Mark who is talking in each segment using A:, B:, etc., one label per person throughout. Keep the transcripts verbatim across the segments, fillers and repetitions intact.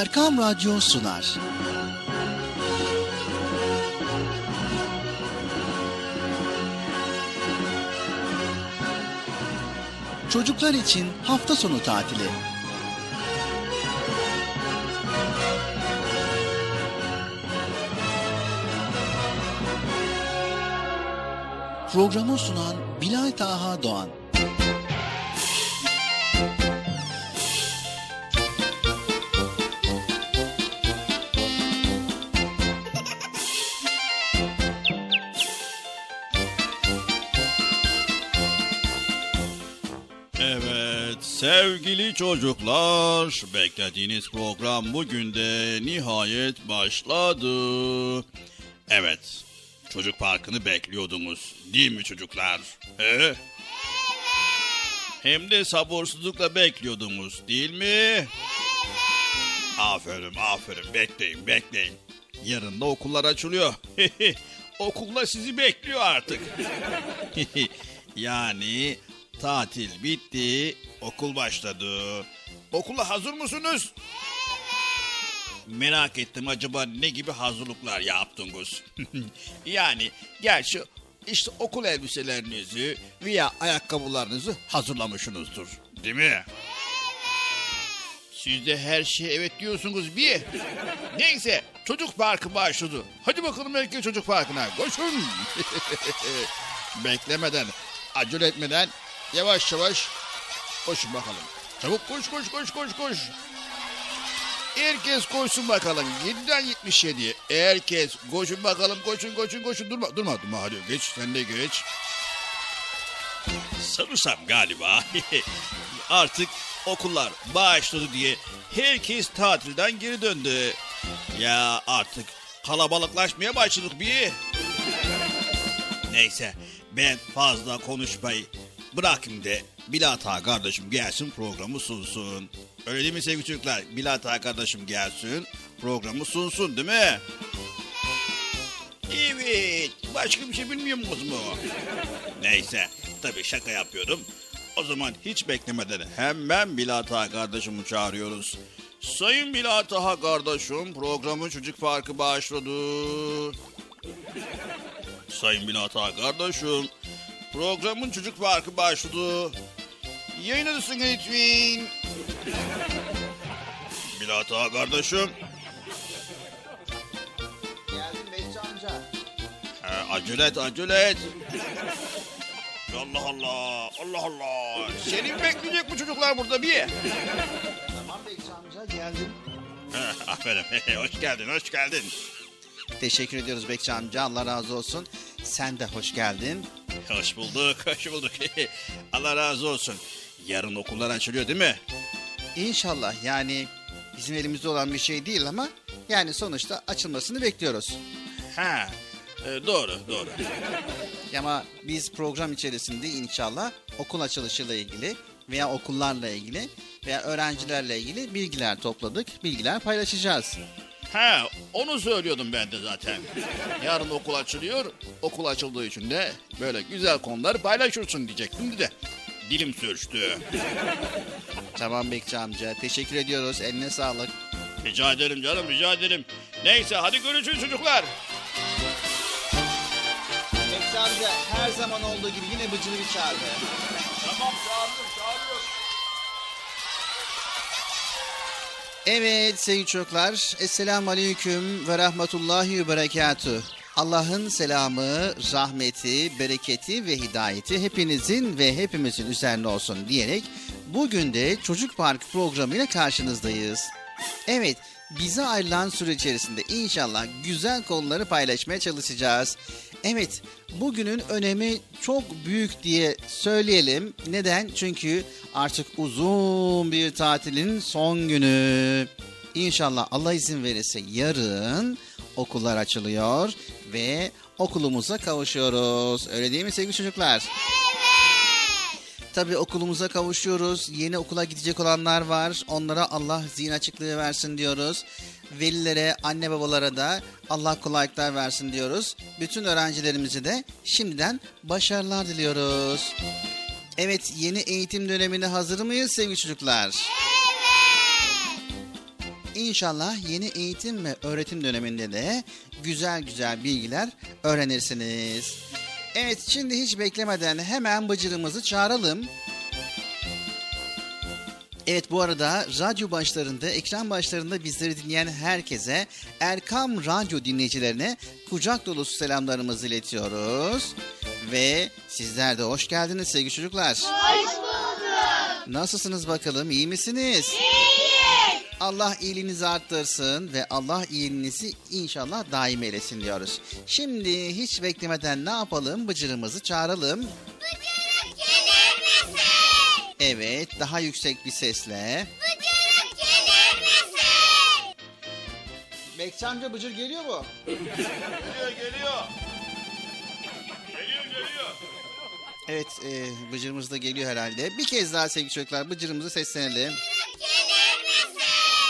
A: Erkam Radyo sunar. Çocuklar için hafta sonu tatili. Programı sunan Bilal Taha Doğan.
B: Sevgili çocuklar, beklediğiniz program bugün de nihayet başladı. Evet, çocuk parkını bekliyordunuz, değil mi çocuklar? He? Hem de sabırsızlıkla bekliyordunuz, değil mi? Aferin, aferin, bekleyin, bekleyin. Yarın da okullar açılıyor. Okulda sizi bekliyor artık. Yani... Tatil bitti, okul başladı. Okula hazır mısınız? Merak ettim, acaba ne gibi hazırlıklar yaptınız? Yani gerçi işte okul elbiselerinizi veya ayakkabılarınızı hazırlamışsınızdır, değil mi? Siz de her şeye evet diyorsunuz bir. Neyse, çocuk parkı başladı. Hadi bakalım belki çocuk parkına, koşun. Beklemeden, acele etmeden yavaş yavaş koşun bakalım. Çabuk koş koş koş koş koş. Herkes koşsun bakalım. yediden yetmiş yediye. Herkes koşun bakalım. Koşun koşun koşun. Durma durma durma. Hadi geç, sen de geç. Sanırsam galiba artık okullar başladı diye herkes tatilden geri döndü. Ya artık kalabalıklaşmaya başladık bir. Neyse, ben fazla konuşmayı bırakayım da Bilat Ağa kardeşim gelsin, programı sunsun. Öyle değil mi sevgili çocuklar? Bilat Ağa kardeşim gelsin, programı sunsun, değil mi? Evet, başka bir şey bilmiyor musunuz mu? Neyse, tabii şaka yapıyorum. O zaman hiç beklemeden hemen Bilat Ağa kardeşimi çağırıyoruz. Sayın Bilat Ağa kardeşim, programın çocuk parkı başladı. Sayın Bilat Ağa kardeşim, programın çocuk parkı başladı. Yayınladısın lütfen. Bilat Ağa kardeşim.
C: Geldim Bekçi amca.
B: He, acele et, acele et. Allah Allah, Allah Allah. Seni mi bekleyecek bu çocuklar burada bir?
C: Tamam Bekçi amca, geldim.
B: He, aferin, hoş geldin, hoş geldin.
C: Teşekkür ediyoruz Bekçi amca, Allah razı olsun. Sen de hoş geldin.
B: Hoş bulduk, hoş bulduk. Allah razı olsun. Yarın okullar açılıyor değil mi?
C: İnşallah, yani bizim elimizde olan bir şey değil ama yani sonuçta açılmasını bekliyoruz.
B: Ha, e, doğru, doğru.
C: Ama biz program içerisinde inşallah okul açılışıyla ilgili veya okullarla ilgili veya öğrencilerle ilgili bilgiler topladık, bilgiler paylaşacağız.
B: Ha, onu söylüyordum ben de zaten. Yarın okul açılıyor, okul açıldığı için de böyle güzel konuları paylaşırsın diyecektim de dilim sürçtü.
C: Tamam Bekçi amca, teşekkür ediyoruz, eline sağlık.
B: Rica ederim canım, rica ederim. Neyse, hadi görüşürüz çocuklar.
C: Bekçi amca her zaman olduğu gibi yine bıcırı bir çağırdı.
B: Tamam, çağırıyorum, çağırıyorum.
C: Evet sevgili çocuklar, Esselamu Aleyküm ve Rahmetullahi ve Berekatuhu. Allah'ın selamı, rahmeti, bereketi ve hidayeti hepinizin ve hepimizin üzerine olsun diyerek bugün de Çocuk Parkı programıyla karşınızdayız. Evet, bize ayrılan süre içerisinde inşallah güzel konuları paylaşmaya çalışacağız. Evet, bugünün önemi çok büyük diye söyleyelim. Neden? Çünkü artık uzun bir tatilin son günü. İnşallah Allah izin verirse yarın okullar açılıyor ve okulumuza kavuşuyoruz. Öyle değil mi sevgili çocuklar? Tabii okulumuza kavuşuyoruz. Yeni okula gidecek olanlar var. Onlara Allah zihin açıklığı versin diyoruz. Velilere, anne babalara da Allah kolaylıklar versin diyoruz. Bütün öğrencilerimize de şimdiden başarılar diliyoruz. Evet, yeni eğitim dönemine hazır mıyız sevgili çocuklar? İnşallah yeni eğitim ve öğretim döneminde de güzel güzel bilgiler öğrenirsiniz. Evet, şimdi hiç beklemeden hemen Bıcır'ımızı çağıralım. Evet, bu arada radyo başlarında, ekran başlarında bizleri dinleyen herkese, Erkam Radyo dinleyicilerine kucak dolusu selamlarımızı iletiyoruz. Ve sizler de hoş geldiniz sevgili çocuklar.
D: Hoş bulduk.
C: Nasılsınız bakalım, iyi misiniz?
D: İyiyiz.
C: Allah iyiliğinizi arttırsın ve Allah iyiliğinizi inşallah daim eylesin diyoruz. Şimdi hiç beklemeden ne yapalım? Bıcır'ımızı çağıralım.
D: Bıcırık gelir misin?
C: Evet, daha yüksek bir sesle.
D: Bıcırık gelir misin?
C: Bekçi amca, Bıcır geliyor mu?
B: Geliyor geliyor. Geliyor geliyor.
C: Evet, e, Bıcır'ımız da geliyor herhalde. Bir kez daha sevgili çocuklar, Bıcır'ımızı seslenelim.
D: Bıcırık gelir misin?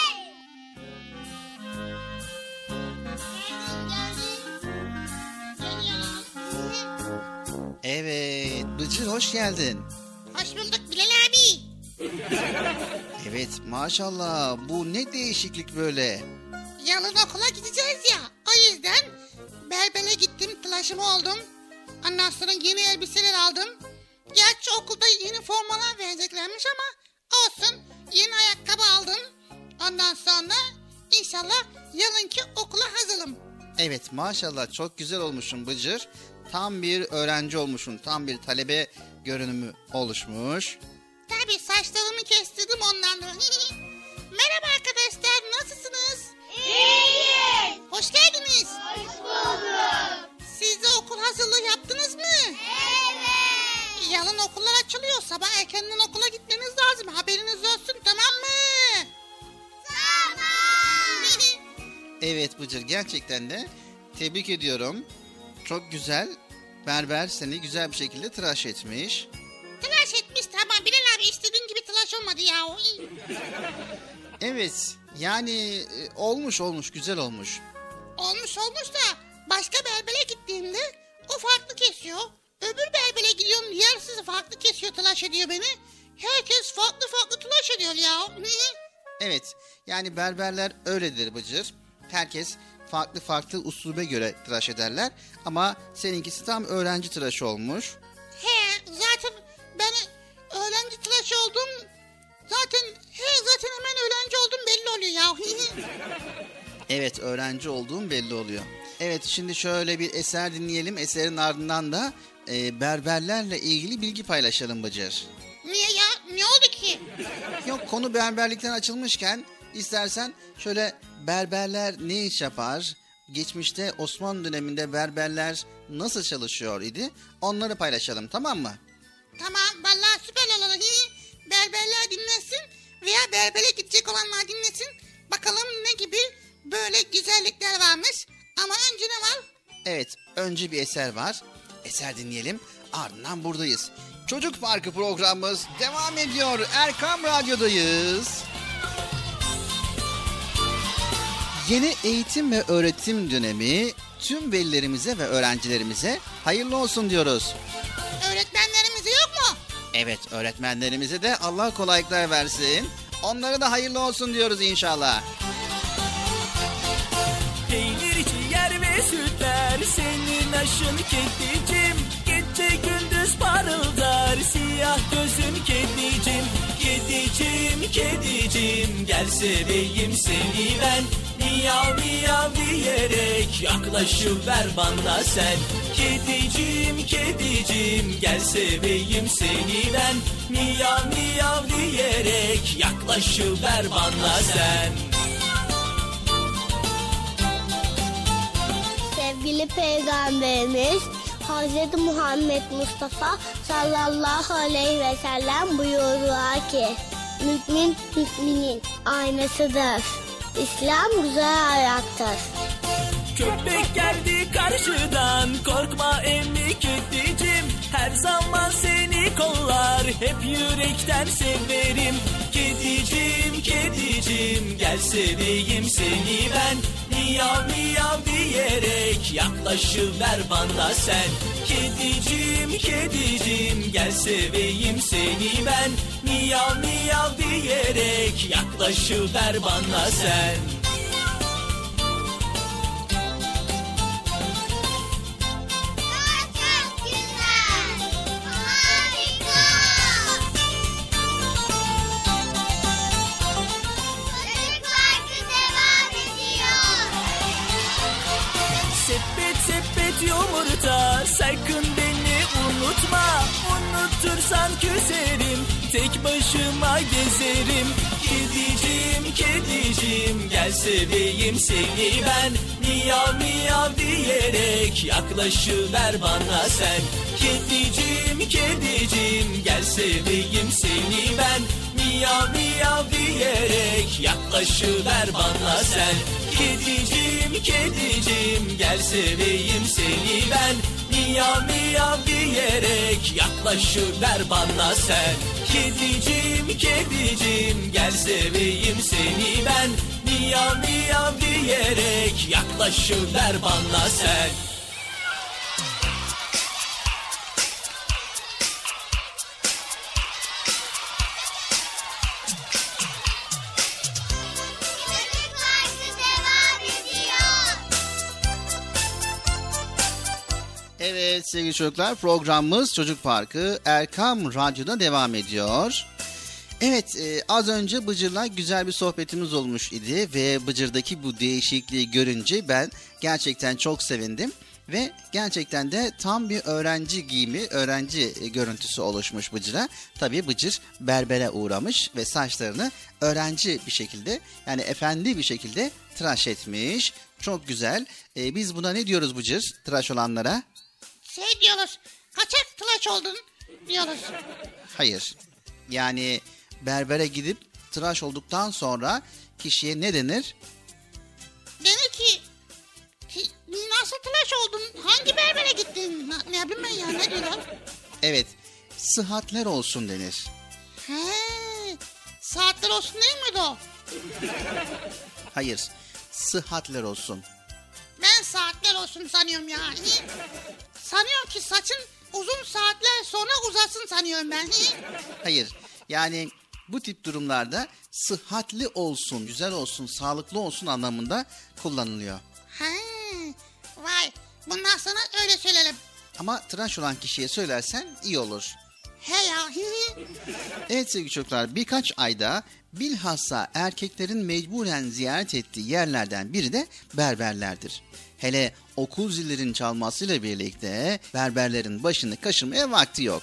C: Evet, Bıcır hoş geldin.
D: Hoş bulduk Bilal abi.
C: Evet, maşallah, bu ne değişiklik böyle.
D: Yarın okula gideceğiz ya. O yüzden berbere gittim, tıraşımı oldum. Ondan sonra yeni elbiseler aldım. Gerçi okulda yeni formalar vereceklermiş ama olsun. Yeni ayakkabı aldım. Ondan sonra inşallah yarınki okula hazırım.
C: Evet, maşallah, çok güzel olmuşsun Bıcır. Tam bir öğrenci olmuşsun, tam bir talebe görünümü oluşmuş.
D: Tabii saçlarımı kestirdim ondan dolayı. Merhaba arkadaşlar, nasılsınız? İyiyiz. Hoş geldiniz. Hoş bulduk. Siz de okul hazırlığı yaptınız mı? Evet. Yarın okullar açılıyor. Sabah erkenden okula gitmeniz lazım. Haberiniz olsun, tamam mı? Tamam.
C: Evet Bıcır, gerçekten de tebrik ediyorum. Çok güzel, berber seni güzel bir şekilde tıraş etmiş.
D: Tıraş etmiş, tamam. Bilal abi istediğin gibi tıraş olmadı ya.
C: Evet, yani e, olmuş olmuş, güzel olmuş.
D: Olmuş olmuş da başka berbere gittiğimde o farklı kesiyor. Öbür berbere gidiyorum, diğerisi farklı kesiyor, tıraş ediyor beni. Herkes farklı farklı tıraş ediyor ya.
C: Evet, yani berberler öyledir Bıcır. Herkes farklı farklı usulübe göre tıraş ederler. Ama seninkisi tam öğrenci tıraşı olmuş.
D: He, zaten ben öğrenci tıraşı oldum. Zaten he zaten hemen öğrenci oldum belli oluyor ya.
C: Evet, öğrenci olduğum belli oluyor. Evet, şimdi şöyle bir eser dinleyelim. Eserin ardından da e, berberlerle ilgili bilgi paylaşalım Bıcır.
D: Niye ya? Ne oldu ki?
C: Yok, konu berberlikten açılmışken istersen şöyle berberler ne iş yapar? Geçmişte Osmanlı döneminde berberler nasıl çalışıyor idi? Onları paylaşalım, tamam mı?
D: Tamam, vallahi süper olur. Berberler dinlesin veya berbere gidecek olanlar dinlesin. Bakalım ne gibi böyle güzellikler varmış. Ama önce ne var?
C: Evet, önce bir eser var. Eser dinleyelim, ardından buradayız. Çocuk Parkı programımız devam ediyor. Erkam Radyo'dayız. Yeni eğitim ve öğretim dönemi tüm velilerimize ve öğrencilerimize hayırlı olsun diyoruz.
D: Öğretmenlerimiz yok mu?
C: Evet, öğretmenlerimize de Allah kolaylıklar versin. Onlara da hayırlı olsun diyoruz inşallah.
E: Peynir, ciğer ve sütler senin aşın kedicim. Gece gündüz parıldar siyah gözün kedicim. Kedicim, kedicim gel seveyim seni ben. Miyav miyav diyerek yaklaşıver bana sen. Kedicim, kedicim gel seveyim seni ben. Miyav miyav diyerek yaklaşıver bana sen.
F: Sevgili Peygamberimiz Hazreti Muhammed Mustafa sallallahu aleyhi ve sellem buyurdular ki mümin müminin aynasıdır. İslam güzel ayaktır.
E: Köpek geldi karşıdan korkma emmi kedicim. Her zaman seni kollar hep yürekten severim. Kedicim kedicim gel seveyim seni ben. Miyav miyav diye diyerek yaklaşıver bana sen. Kedicim kedicim gel seveyim seni ben. Miyav miyav diyerek yaklaşıver bana sen. Yumurta sakın beni unutma, unutursan küserim, tek başıma gezerim. Kedicim kedicim gel seveyim seni ben. Miyav miyav diyerek yaklaşıver bana sen. Kedicim kedicim gel seveyim seni ben. Miyav miyav diyerek yaklaşıver bana sen. Kedicim kedicim gel seveyim seni ben. Miyav miyav diyerek yaklaşıver bana sen. Kedicim kedicim gel seveyim seni ben. Miyav miyav diyerek yaklaşıver bana sen.
C: Evet sevgili çocuklar, programımız Çocuk Parkı Erkam Radyo'da devam ediyor. Evet e, az önce Bıcır'la güzel bir sohbetimiz olmuş idi ve Bıcır'daki bu değişikliği görünce ben gerçekten çok sevindim. Ve gerçekten de tam bir öğrenci giyimi, öğrenci görüntüsü oluşmuş Bıcır'a. Tabii Bıcır berbere uğramış ve saçlarını öğrenci bir şekilde, yani efendi bir şekilde tıraş etmiş. Çok güzel. E, biz buna ne diyoruz Bıcır, tıraş olanlara?
D: Şey diyoruz, kaçak tıraş oldun diyoruz.
C: Hayır. Yani berbere gidip tıraş olduktan sonra kişiye ne denir?
D: Denir ki, ki nasıl tıraş oldun? Hangi berbere gittin? Ne, ne bileyim ben ya, ne diyorlar?
C: Evet, sıhhatler olsun denir.
D: He, saatler olsun değil miydi o?
C: Hayır, sıhhatler olsun.
D: Ben saatler olsun sanıyorum ya. Sanıyorum ki saçın uzun saatler sonra uzasın sanıyorum ben.
C: Hayır, yani bu tip durumlarda sıhhatli olsun, güzel olsun, sağlıklı olsun anlamında kullanılıyor.
D: He, vay, bundan sonra öyle söyleyelim.
C: Ama tıraş olan kişiye söylersen iyi olur.
D: He ya.
C: Evet sevgili çocuklar, birkaç ayda bilhassa erkeklerin mecburen ziyaret ettiği yerlerden biri de berberlerdir. Hele okul zillerinin çalmasıyla birlikte berberlerin başını kaşımaya vakti yok.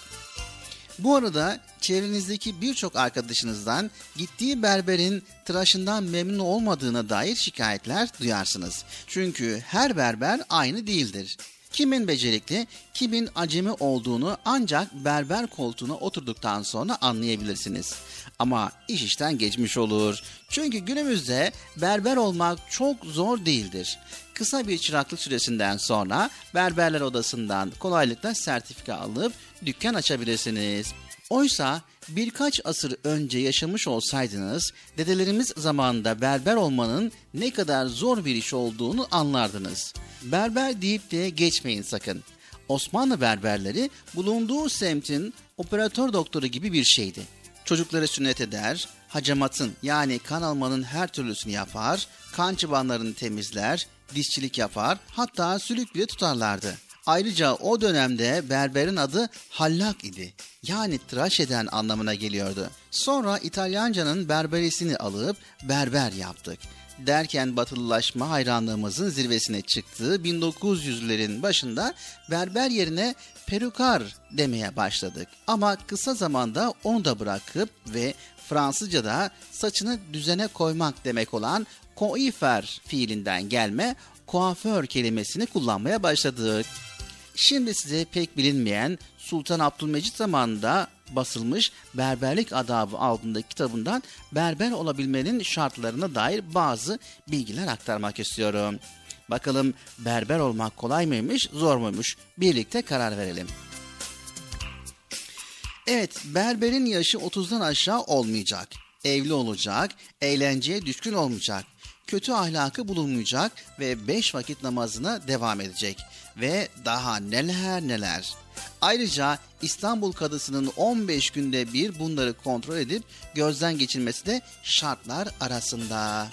C: Bu arada çevrenizdeki birçok arkadaşınızdan gittiği berberin tıraşından memnun olmadığına dair şikayetler duyarsınız. Çünkü her berber aynı değildir. Kimin becerikli, kimin acemi olduğunu ancak berber koltuğuna oturduktan sonra anlayabilirsiniz. Ama iş işten geçmiş olur. Çünkü günümüzde berber olmak çok zor değildir. Kısa bir çıraklık süresinden sonra berberler odasından kolaylıkla sertifika alıp dükkan açabilirsiniz. Oysa birkaç asır önce yaşamış olsaydınız, dedelerimiz zamanında berber olmanın ne kadar zor bir iş olduğunu anlardınız. Berber deyip de geçmeyin sakın. Osmanlı berberleri bulunduğu semtin operatör doktoru gibi bir şeydi. Çocukları sünnet eder, hacamatın yani kan almanın her türlüsünü yapar, kan çıbanlarını temizler, dişçilik yapar, hatta sülük bile tutarlardı. Ayrıca o dönemde berberin adı hallak idi. Yani tıraş eden anlamına geliyordu. Sonra İtalyancanın berberisini alıp berber yaptık. Derken batılılaşma hayranlığımızın zirvesine çıktığı bin dokuz yüzlerin başında berber yerine perukar demeye başladık. Ama kısa zamanda onu da bırakıp ve Fransızca'da saçını düzene koymak demek olan coiffer fiilinden gelme kuaför kelimesini kullanmaya başladık. Şimdi size pek bilinmeyen Sultan Abdülmecit zamanında basılmış Berberlik Adabı adlı kitabından berber olabilmenin şartlarına dair bazı bilgiler aktarmak istiyorum. Bakalım berber olmak kolay mıymış, zor muymuş? Birlikte karar verelim. Evet, berberin yaşı otuzdan aşağı olmayacak. Evli olacak, eğlenceye düşkün olmayacak. kötü ahlakı bulunmayacak ve beş vakit namazına devam edecek. Ve daha neler neler. Ayrıca İstanbul Kadısı'nın on beş günde bir bunları kontrol edip gözden geçirmesi de şartlar arasında.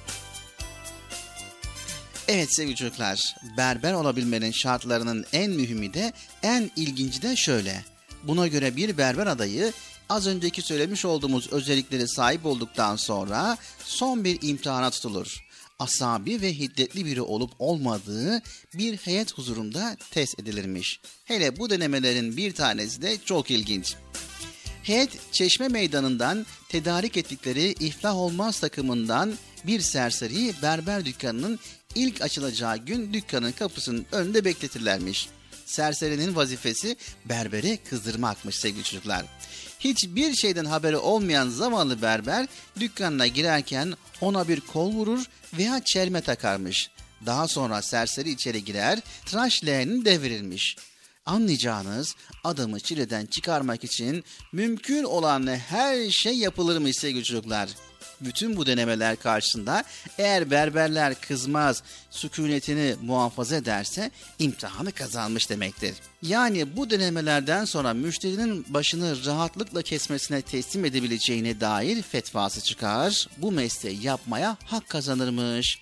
C: Evet sevgili çocuklar, berber olabilmenin şartlarının en mühimi de en ilginci de şöyle. Buna göre bir berber adayı az önceki söylemiş olduğumuz özellikleri sahip olduktan sonra son bir imtihana tutulur. Asabi ve hiddetli biri olup olmadığı bir heyet huzurunda test edilirmiş. Hele bu denemelerin bir tanesi de çok ilginç. Heyet Çeşme Meydanı'ndan tedarik ettikleri iflah olmaz takımından bir serseriyi berber dükkanının ilk açılacağı gün dükkanın kapısının önünde bekletirlermiş. Serserinin vazifesi berberi kızdırmakmış sevgili çocuklar. Hiçbir şeyden haberi olmayan zavallı berber dükkanına girerken ona bir kol vurur veya çelme takarmış. Daha sonra serseri içeri girer, tıraş leğenini devirirmiş. Anlayacağınız adamı çileden çıkarmak için mümkün olan her şey yapılırmış sevgili çocuklar. Bütün bu denemeler karşısında eğer berberler kızmaz, sükunetini muhafaza ederse imtihanı kazanmış demektir. Yani bu denemelerden sonra müşterinin başını rahatlıkla kesmesine teslim edebileceğine dair fetvası çıkar. Bu mesleği yapmaya hak kazanırmış.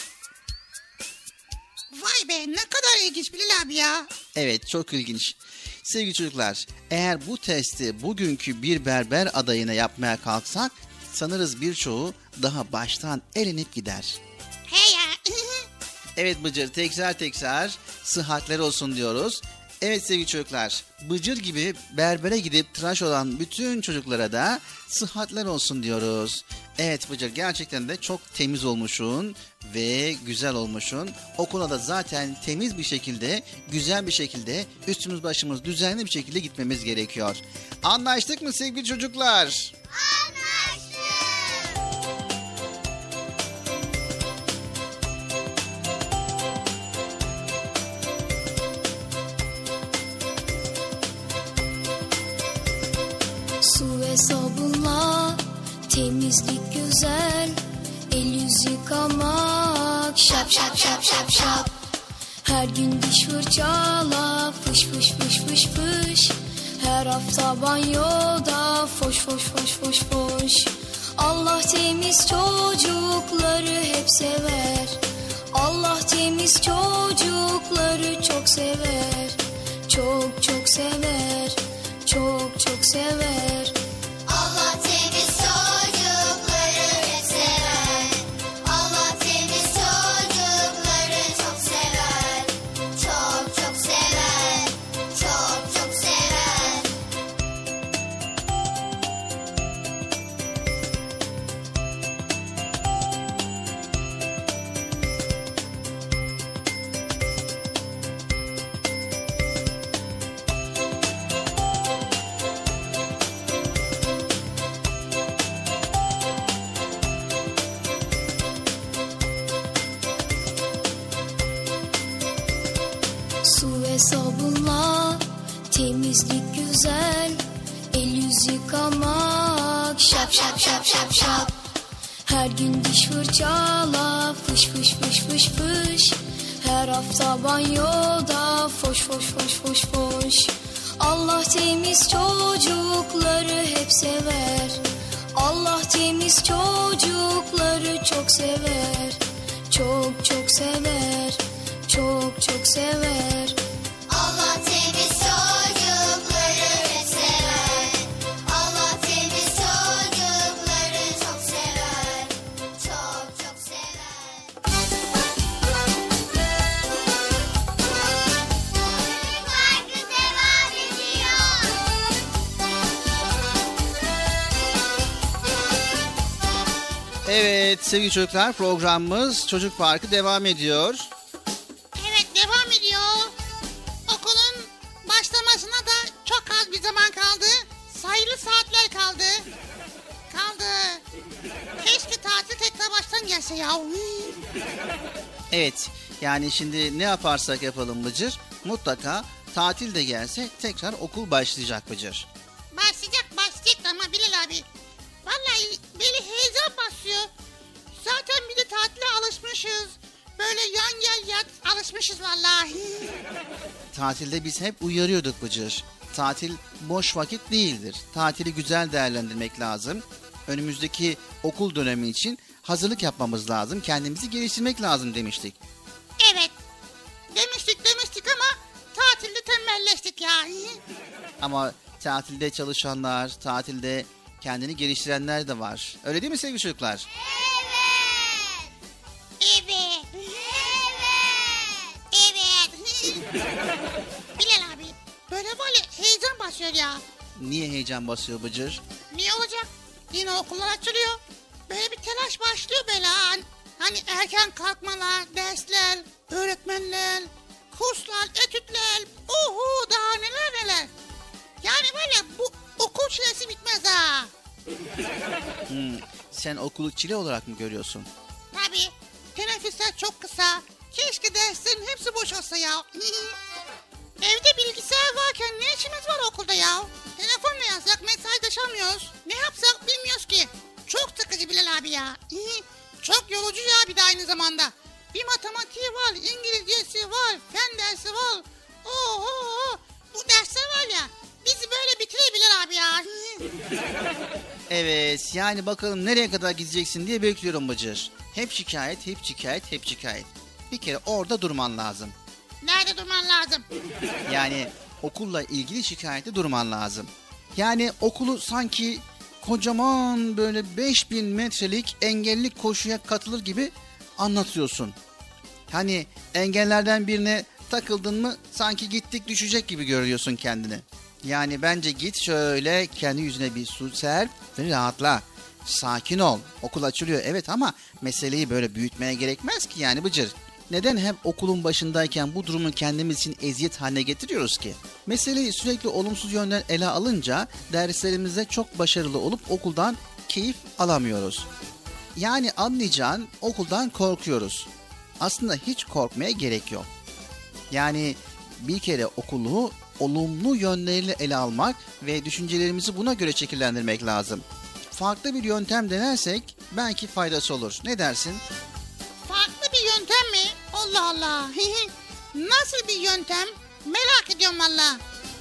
D: Vay be, ne kadar ilginç Bilal abi ya.
C: Evet, çok ilginç. Sevgili çocuklar, eğer bu testi bugünkü bir berber adayına yapmaya kalksak sanırız birçoğu daha baştan elenip gider.
D: He ya.
C: Evet Bıcır, tekrar tekrar sıhhatler olsun diyoruz. Evet sevgili çocuklar, Bıcır gibi berbere gidip tıraş olan bütün çocuklara da sıhhatler olsun diyoruz. Evet Bıcır, gerçekten de çok temiz olmuşsun ve güzel olmuşsun. Okula da zaten temiz bir şekilde, güzel bir şekilde, üstümüz başımız düzenli bir şekilde gitmemiz gerekiyor. Anlaştık mı sevgili çocuklar?
F: Anlaştık.
G: Su ve sabunla temizlik güzel, el yüz yıkamak şap şap şap şap şap. Her gün diş fırçala fış fış fış fış fış. Her hafta banyoda foş foş foş foş foş. Allah temiz çocukları hep sever. Allah temiz çocukları çok sever. Çok çok sever. Çok çok sever.
F: Allah temiz çocukları hep sever. Allah temiz çocukları çok sever. Çok çok sever. Çok çok sever.
G: Su ve sabunla temizlik güzel, el yüz yıkamak şap şap şap şap şap. Her gün diş fırçala fış fış fış fış fış. Her hafta banyoda foş foş foş foş foş. Allah temiz çocukları hep sever. Allah temiz çocukları çok sever. Çok çok sever. Çok çok sever.
F: Allah temiz çocukları hep sever. Allah temiz çocukları çok sever. Çok çok sever. Parkı devam ediyor.
C: Evet sevgili çocuklar, programımız Çocuk Parkı devam ediyor.
D: Evet, devam ediyor. Okulun başlamasına da çok az bir zaman kaldı. Sayılı saatler kaldı. Kaldı. Keşke tatil tekrar baştan gelse ya.
C: Evet, yani şimdi ne yaparsak yapalım Bıcır, mutlaka tatil de gelse tekrar okul başlayacak Bıcır.
D: Başlayacak başlayacak ama Bilal abi. Vallahi beni heyecan basıyor. Zaten zaten bir de tatile alışmışız. Böyle yan gel yat alışmışız vallahi.
C: Tatilde biz hep uyarıyorduk Bıcır. Tatil boş vakit değildir. Tatili güzel değerlendirmek lazım. Önümüzdeki okul dönemi için hazırlık yapmamız lazım. Kendimizi geliştirmek lazım demiştik.
D: Evet. Demiştik demiştik ama tatilde tembelleştik ya.
C: Ama tatilde çalışanlar, tatilde kendini geliştirenler de var. Öyle değil mi sevgili çocuklar?
D: Evet. Evet. Bilal abi böyle böyle heyecan basıyor ya.
C: Niye heyecan basıyor Bıcır?
D: Niye olacak? Yine okullar açılıyor. Böyle bir telaş başlıyor böyle ha. Hani erken kalkmalar, dersler, öğretmenler, kurslar, etütler, uhu daha neler neler. Yani böyle bu okul çilesi bitmez ha.
C: Hmm, sen okulu çile olarak mı görüyorsun?
D: Tabii. Teneffüsler çok kısa. Keşke derslerin hepsi boş olsa ya. Evde bilgisayar varken ne işimiz var okulda ya? Telefonla yazsak mesajlaşamıyoruz. Ne yapsak bilmiyoruz ki. Çok sıkıcı Bilal abi ya. Çok yorucu ya bir de aynı zamanda. Bir matematiği var, İngilizcesi var, fen dersi var. Oho, bu dersler var ya. Bizi böyle bitirir Bilal abi ya.
C: Evet, yani bakalım nereye kadar gideceksin diye bekliyorum Bıcır. Hep şikayet, hep şikayet, hep şikayet. Bir kere orada durman lazım.
D: Nerede durman lazım?
C: Yani okulla ilgili şikayette durman lazım. Yani okulu sanki kocaman böyle beş bin metrelik engellilik koşuya katılır gibi anlatıyorsun. Hani engellerden birine takıldın mı sanki gittik düşecek gibi görüyorsun kendini. Yani bence git şöyle kendi yüzüne bir su serp ve rahatla. Sakin ol. Okul açılıyor evet ama meseleyi böyle büyütmeye gerekmez ki yani Bıcır. Neden hep okulun başındayken bu durumu kendimiz için eziyet haline getiriyoruz ki? Meseleyi sürekli olumsuz yönden ele alınca derslerimizde çok başarılı olup okuldan keyif alamıyoruz. Yani anlayacağın okuldan korkuyoruz. Aslında hiç korkmaya gerek yok. Yani bir kere okulu olumlu yönleriyle ele almak ve düşüncelerimizi buna göre şekillendirmek lazım. Farklı bir yöntem denersek belki faydası olur. Ne dersin?
D: Farklı bir yöntem mi? Allah Allah. Nasıl bir yöntem? Merak ediyorum valla.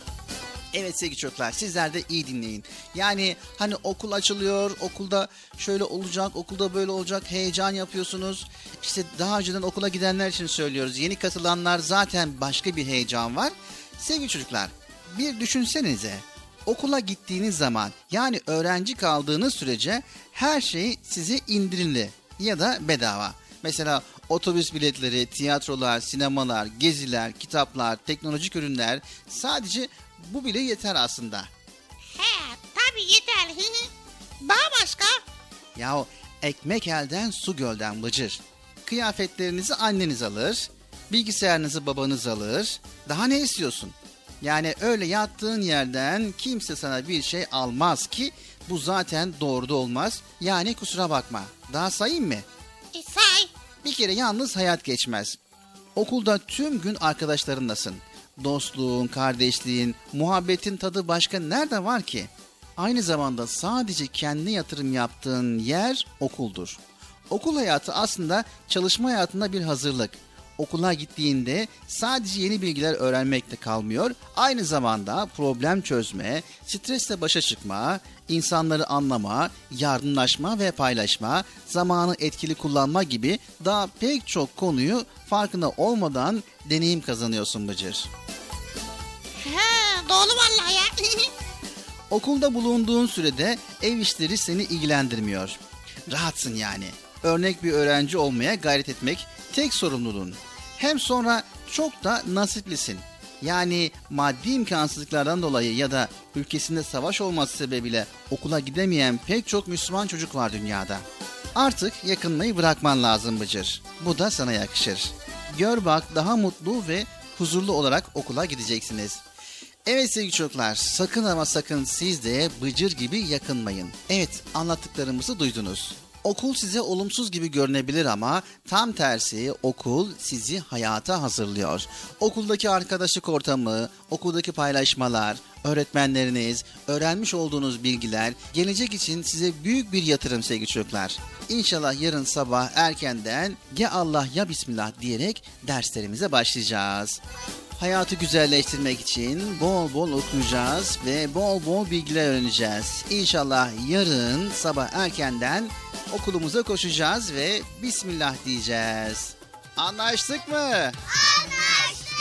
C: Evet sevgili çocuklar sizler de iyi dinleyin. Yani hani okul açılıyor, okulda şöyle olacak, okulda böyle olacak, heyecan yapıyorsunuz. İşte daha önceden okula gidenler için söylüyoruz. Yeni katılanlar zaten başka bir heyecan var. Sevgili çocuklar bir düşünsenize. Okula gittiğiniz zaman yani öğrenci kaldığınız sürece her şey size indirimli ya da bedava. Mesela otobüs biletleri, tiyatrolar, sinemalar, geziler, kitaplar, teknolojik ürünler sadece bu bile yeter aslında.
D: He tabii yeter. Daha başka?
C: Yahu ekmek elden su gölden Bıcır. Kıyafetlerinizi anneniz alır, bilgisayarınızı babanız alır. Daha ne istiyorsun? Yani öyle yattığın yerden kimse sana bir şey almaz ki bu zaten doğru da olmaz. Yani kusura bakma. Daha sayayım mı?
D: E, say.
C: Bir kere yalnız hayat geçmez. Okulda tüm gün arkadaşlarınlasın. Dostluğun, kardeşliğin, muhabbetin tadı başka nerede var ki? Aynı zamanda sadece kendi yatırım yaptığın yer okuldur. Okul hayatı aslında çalışma hayatında bir hazırlık. Okula gittiğinde sadece yeni bilgiler öğrenmekle kalmıyor, aynı zamanda problem çözme, stresle başa çıkma, insanları anlama, yardımlaşma ve paylaşma, zamanı etkili kullanma gibi daha pek çok konuyu farkında olmadan deneyim kazanıyorsun Bıcır.
D: He doğru vallahi ya.
C: Okulda bulunduğun sürede ev işleri seni ilgilendirmiyor. Rahatsın yani. Örnek bir öğrenci olmaya gayret etmek tek sorumluluğun. Hem sonra çok da nasiplisin. Yani maddi imkansızlıklardan dolayı ya da ülkesinde savaş olması sebebiyle okula gidemeyen pek çok Müslüman çocuk var dünyada. Artık yakınmayı bırakman lazım Bıcır. Bu da sana yakışır. Gör bak daha mutlu ve huzurlu olarak okula gideceksiniz. Evet sevgili çocuklar, sakın ama sakın siz de Bıcır gibi yakınmayın. Evet, anlattıklarımızı duydunuz. Okul size olumsuz gibi görünebilir ama tam tersi okul sizi hayata hazırlıyor. Okuldaki arkadaşlık ortamı, okuldaki paylaşmalar, öğretmenleriniz, öğrenmiş olduğunuz bilgiler gelecek için size büyük bir yatırım sevgili çocuklar. İnşallah yarın sabah erkenden ya Allah ya Bismillah diyerek derslerimize başlayacağız. Hayatı güzelleştirmek için bol bol okuyacağız ve bol bol bilgiler öğreneceğiz. İnşallah yarın sabah erkenden okulumuza koşacağız ve Bismillah diyeceğiz. Anlaştık mı?
F: Anlaştık.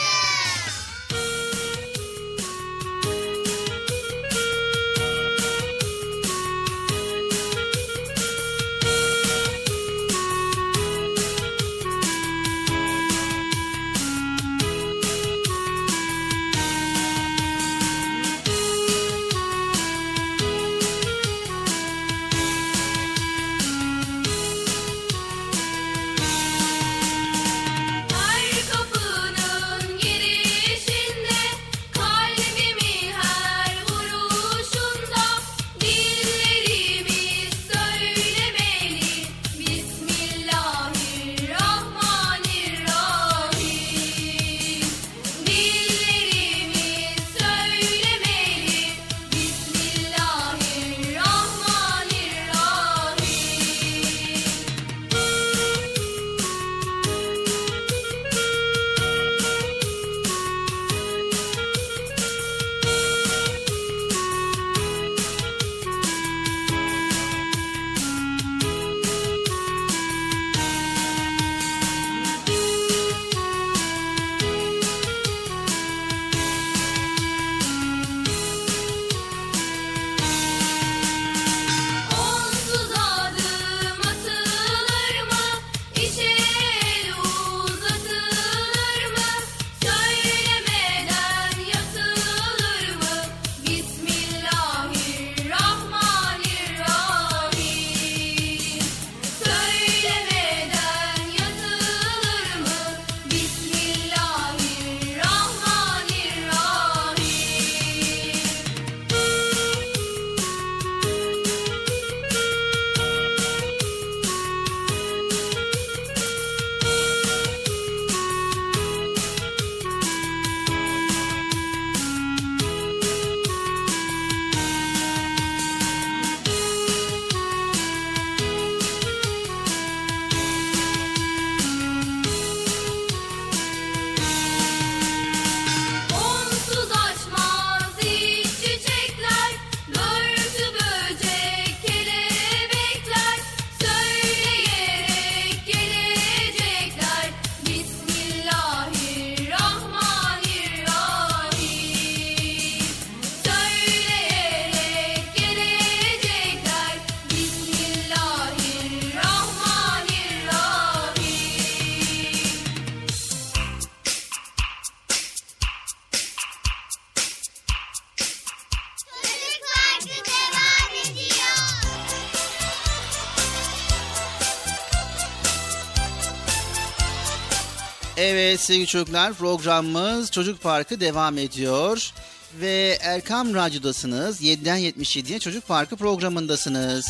C: Evet sevgili çocuklar, programımız Çocuk Parkı devam ediyor. Ve Erkam Radyo'dasınız. yediden yetmiş yediye Çocuk Parkı programındasınız.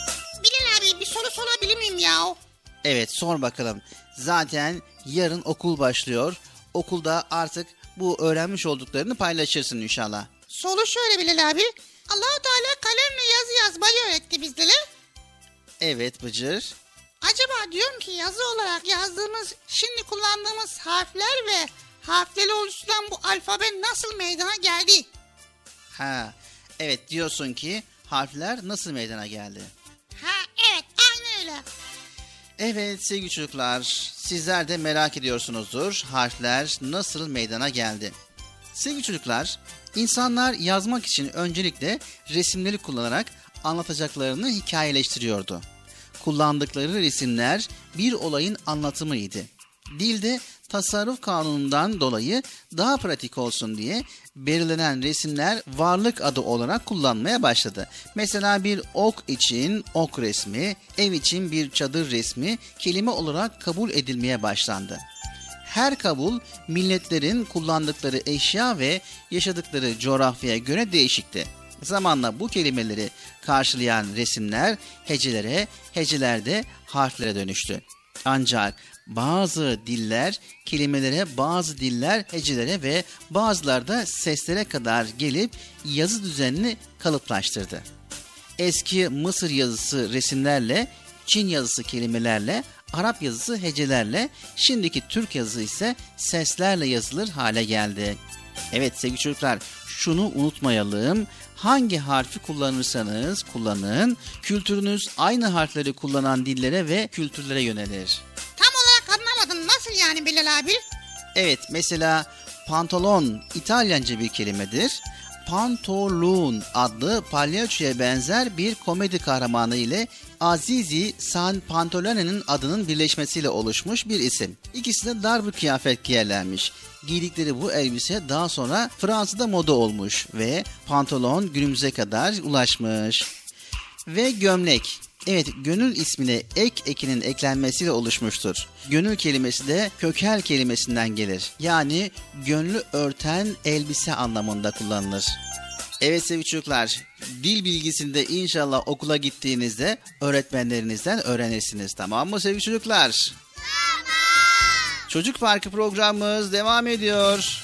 D: Bilal abi bir soru sorabilir miyim ya?
C: Evet, sor bakalım. Zaten yarın okul başlıyor. Okulda artık bu öğrenmiş olduklarını paylaşırsın inşallah.
D: Soru şöyle Bilal abi. Allah-u Teala kalemle yazı yazmayı öğretti bizlere.
C: Evet Bıcır.
D: Acaba diyorum ki yazı olarak yazdığımız, şimdi kullandığımız harfler ve harfleri oluşturan bu alfabe nasıl meydana geldi?
C: Ha, evet diyorsun ki harfler nasıl meydana geldi?
D: Ha evet, aynen öyle.
C: Evet sevgili çocuklar, sizler de merak ediyorsunuzdur harfler nasıl meydana geldi. Sevgili çocuklar, insanlar yazmak için öncelikle resimleri kullanarak anlatacaklarını hikayeleştiriyordu. Kullandıkları resimler bir olayın anlatımıydı. Dilde tasarruf kanunundan dolayı daha pratik olsun diye belirlenen resimler varlık adı olarak kullanmaya başladı. Mesela bir ok için ok resmi, ev için bir çadır resmi kelime olarak kabul edilmeye başlandı. Her kabul milletlerin kullandıkları eşya ve yaşadıkları coğrafyaya göre değişikti. Zamanla bu kelimeleri karşılayan resimler hecelere, heceler de harflere dönüştü. Ancak bazı diller kelimelere, bazı diller hecelere ve bazıları da seslere kadar gelip yazı düzenini kalıplaştırdı. Eski Mısır yazısı resimlerle, Çin yazısı kelimelerle, Arap yazısı hecelerle, şimdiki Türk yazısı ise seslerle yazılır hale geldi. Evet sevgili çocuklar, şunu unutmayalım. Hangi harfi kullanırsanız kullanın, kültürünüz aynı harfleri kullanan dillere ve kültürlere yönelir.
D: Tam olarak anlamadım. Nasıl yani Bilal abi?
C: Evet, mesela pantolon İtalyanca bir kelimedir. Pantolon adlı palyaçoya benzer bir komedi kahramanı ile Azizi San Pantolone'nin adının birleşmesiyle oluşmuş bir isim. İkisi de dar bir kıyafet giyerlermiş. Giydikleri bu elbise daha sonra Fransa'da moda olmuş ve pantolon günümüze kadar ulaşmış. Ve gömlek. Evet, gönül ismine ek ekinin eklenmesiyle oluşmuştur. Gönül kelimesi de kökel kelimesinden gelir. Yani gönlü örten elbise anlamında kullanılır. Evet sevgili çocuklar, dil bilgisinde inşallah okula gittiğinizde öğretmenlerinizden öğrenirsiniz. Tamam mı sevgili çocuklar?
F: Tamam.
C: Çocuk Parkı programımız devam ediyor.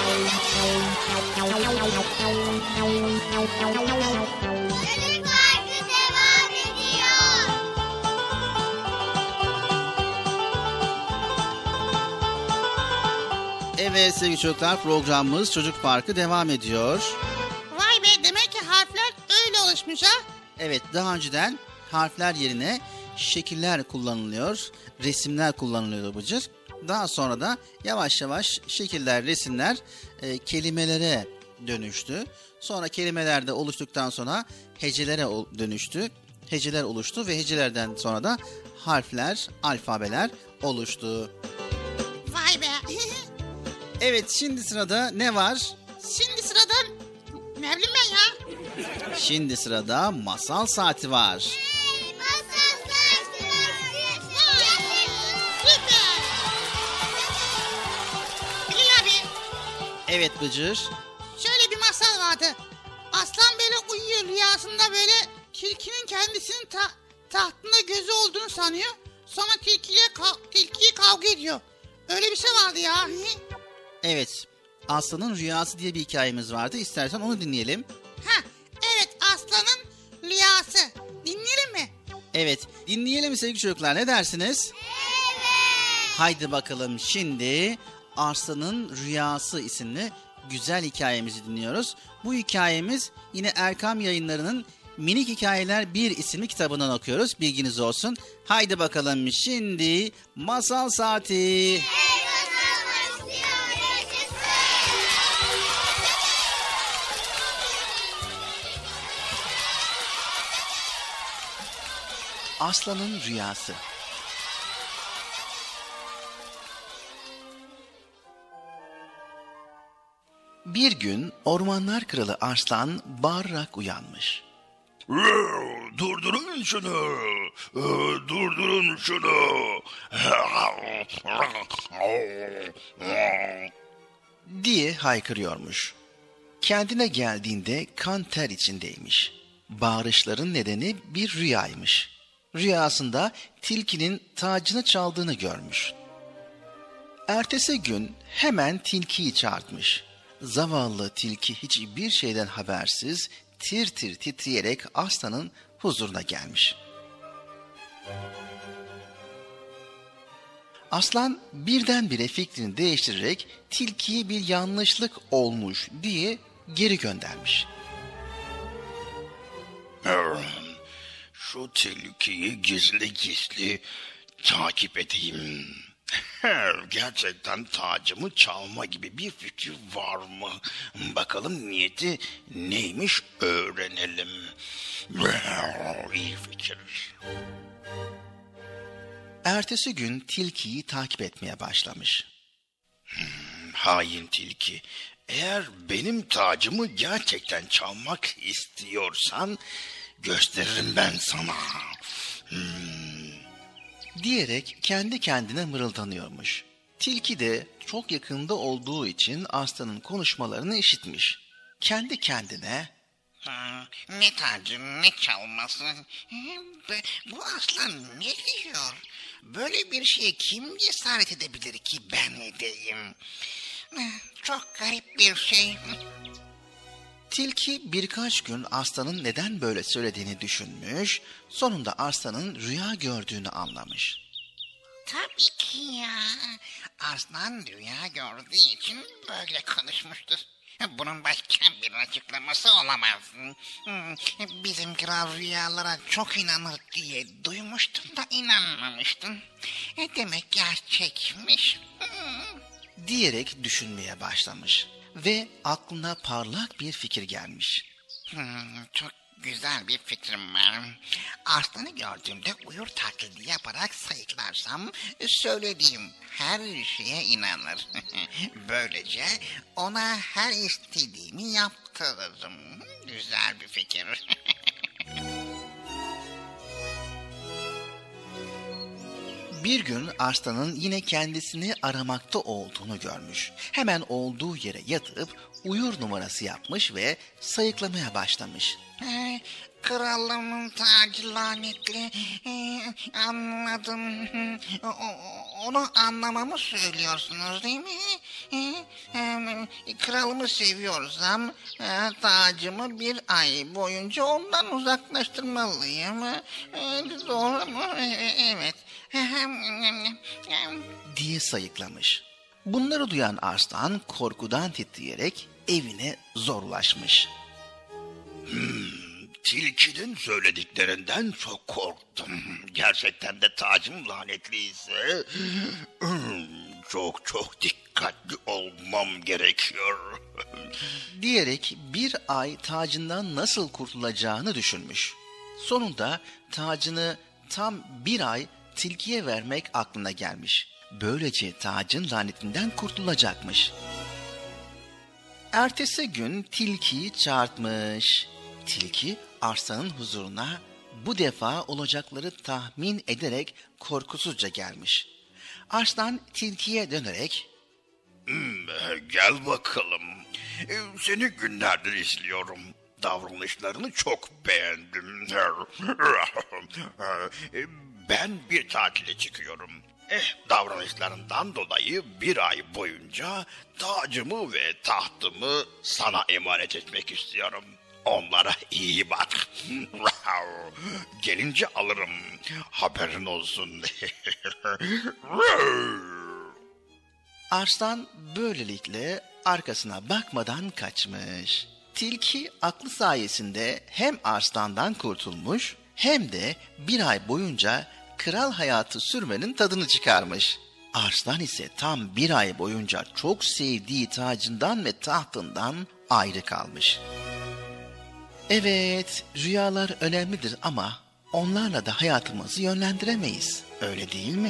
F: Çocuk Parkı
C: Evet sevgili çocuklar, programımız Çocuk Parkı devam ediyor.
D: Vay be, demek ki harfler öyle oluşmuş ha.
C: Evet, daha önceden harfler yerine şekiller kullanılıyor, resimler kullanılıyordu Bıcır. Daha sonra da yavaş yavaş şekiller, resimler e, kelimelere dönüştü. Sonra kelimeler de oluştuktan sonra hecelere dönüştü. Heceler oluştu ve hecelerden sonra da harfler, alfabeler oluştu.
D: Vay be.
C: Evet, şimdi sırada ne var?
D: Şimdi sırada ne bileyim ben ya.
C: Şimdi sırada masal saati var.
F: Masal saati var.
D: Süper. Bilal abi,
C: Evet Bıcır.
D: şöyle bir masal vardı. Aslan böyle uyuyor, rüyasında böyle tilkinin kendisinin ta- tahtında gözü olduğunu sanıyor. Sonra tilkiyle ka- tilkiyi kavga ediyor. Öyle bir şey vardı ya.
C: Evet, Aslan'ın Rüyası diye bir hikayemiz vardı. İstersen onu dinleyelim.
D: Ha, evet, aslanın rüyası. Dinleyelim mi?
C: Evet, dinleyelim sevgili çocuklar, ne dersiniz? Evet. Haydi bakalım, şimdi Arslan'ın Rüyası isimli güzel hikayemizi dinliyoruz. Bu hikayemiz yine Erkam Yayınları'nın Minik Hikayeler bir isimli kitabından okuyoruz. Bilginiz olsun. Haydi bakalım, şimdi masal saati. Aslanın Rüyası. Bir gün Ormanlar Kralı Arslan bağırarak uyanmış.
B: Durdurun şunu. Durdurun şunu.
C: diye haykırıyormuş. Kendine geldiğinde kan ter içindeymiş. Bağırışların nedeni bir rüyaymış. Rüyasında tilkinin tacını çaldığını görmüş. Ertesi gün hemen tilkiyi çağırtmış. Zavallı tilki hiçbir şeyden habersiz tir tir titreyerek aslanın huzuruna gelmiş. Aslan birdenbire fikrini değiştirerek tilkiye bir yanlışlık olmuş diye geri göndermiş.
B: Şu tilkiyi gizli gizli takip edeyim. Gerçekten tacımı çalma gibi bir fikir var mı? Bakalım niyeti neymiş öğrenelim. İyi fikir.
C: Ertesi gün tilkiyi takip etmeye başlamış.
B: Hmm, hain tilki. Eğer benim tacımı gerçekten çalmak istiyorsan gösteririm ben sana. Hmm.
C: Diyerek kendi kendine mırıldanıyormuş. Tilki de çok yakında olduğu için aslanın konuşmalarını işitmiş. Kendi kendine...
H: Ha, ne tacı ne çalması. Bu aslan ne diyor? Böyle bir şeye kim cesaret edebilir ki ben edeyim? Çok garip bir şey.
C: Tilki birkaç gün aslanın neden böyle söylediğini düşünmüş, sonunda aslanın rüya gördüğünü anlamış.
H: Tabii ki ya. Aslan rüya gördüğü için böyle konuşmuştur. Bunun başka bir açıklaması olamaz. Bizim kral rüyalara çok inanır diye duymuştum da inanmamıştım. Demek gerçekmiş.
C: Diyerek düşünmeye başlamış ve aklına parlak bir fikir gelmiş.
H: Hmm, çok güzel bir fikrim var. Aslanı gördüğümde uyur taklidi yaparak sayıklarsam söylediğim her şeye inanır. Böylece ona her istediğimi yaptırırım. Güzel bir fikir.
C: Bir gün aslanın yine kendisini aramakta olduğunu görmüş. Hemen olduğu yere yatıp uyur numarası yapmış ve sayıklamaya başlamış.
H: Ee, kralımın tacı lanetli. Ee, anladım. O, onu anlamamı söylüyorsunuz değil mi? Ee, e, kralımı seviyorsam e, tacımı bir ay boyunca ondan uzaklaştırmalıyım. E, doğru mu? E, evet.
C: diye sayıklamış. Bunları duyan Arslan korkudan titreyerek evine zor ulaşmış.
B: Tilkinin söylediklerinden çok korktum. Gerçekten de tacım lanetliyse çok çok dikkatli olmam gerekiyor.
C: Diyerek bir ay tacından nasıl kurtulacağını düşünmüş. Sonunda tacını tam bir ay tilkiye vermek aklına gelmiş. Böylece tacın lanetinden kurtulacakmış. Ertesi gün tilkiyi çağırtmış. Tilki Arslan'ın huzuruna bu defa olacakları tahmin ederek korkusuzca gelmiş. Arslan tilkiye dönerek
B: Hmm, gel bakalım. Ee, Seni günlerdir izliyorum. Davranışlarını çok beğendim. Ee, Ben bir tatile çıkıyorum. Eh, davranışlarından dolayı bir ay boyunca tacımı ve tahtımı sana emanet etmek istiyorum. Onlara iyi bak. Gelince alırım. Haberin olsun.
C: Arslan böylelikle arkasına bakmadan kaçmış. Tilki aklı sayesinde hem Arslan'dan kurtulmuş hem de bir ay boyunca kral hayatı sürmenin tadını çıkarmış. Arslan ise tam bir ay boyunca çok sevdiği tacından ve tahtından ayrı kalmış. Evet, rüyalar önemlidir ama onlarla da hayatımızı yönlendiremeyiz. Öyle değil mi?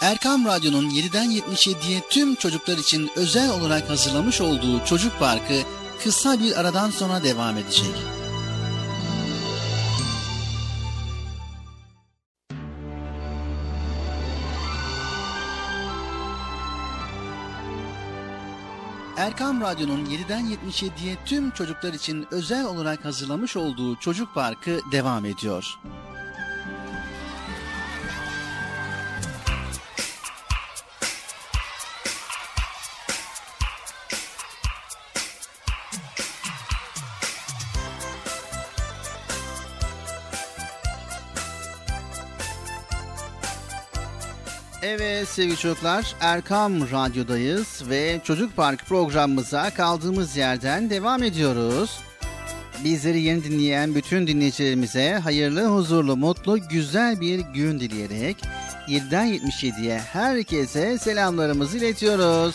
A: Erkam Radyo'nun yediden yetmiş yediye tüm çocuklar için özel olarak hazırlamış olduğu Çocuk Parkı kısa bir aradan sonra devam edecek. Erkam Radyo'nun yediden yetmiş yediye tüm çocuklar için özel olarak hazırlamış olduğu Çocuk Parkı devam ediyor. Evet sevgili çocuklar, Erkam Radyo'dayız ve Çocuk Park programımıza kaldığımız yerden devam ediyoruz. Bizleri yeni dinleyen bütün dinleyicilerimize hayırlı, huzurlu, mutlu, güzel bir gün dileyerek yediden yetmiş yediye herkese selamlarımızı iletiyoruz.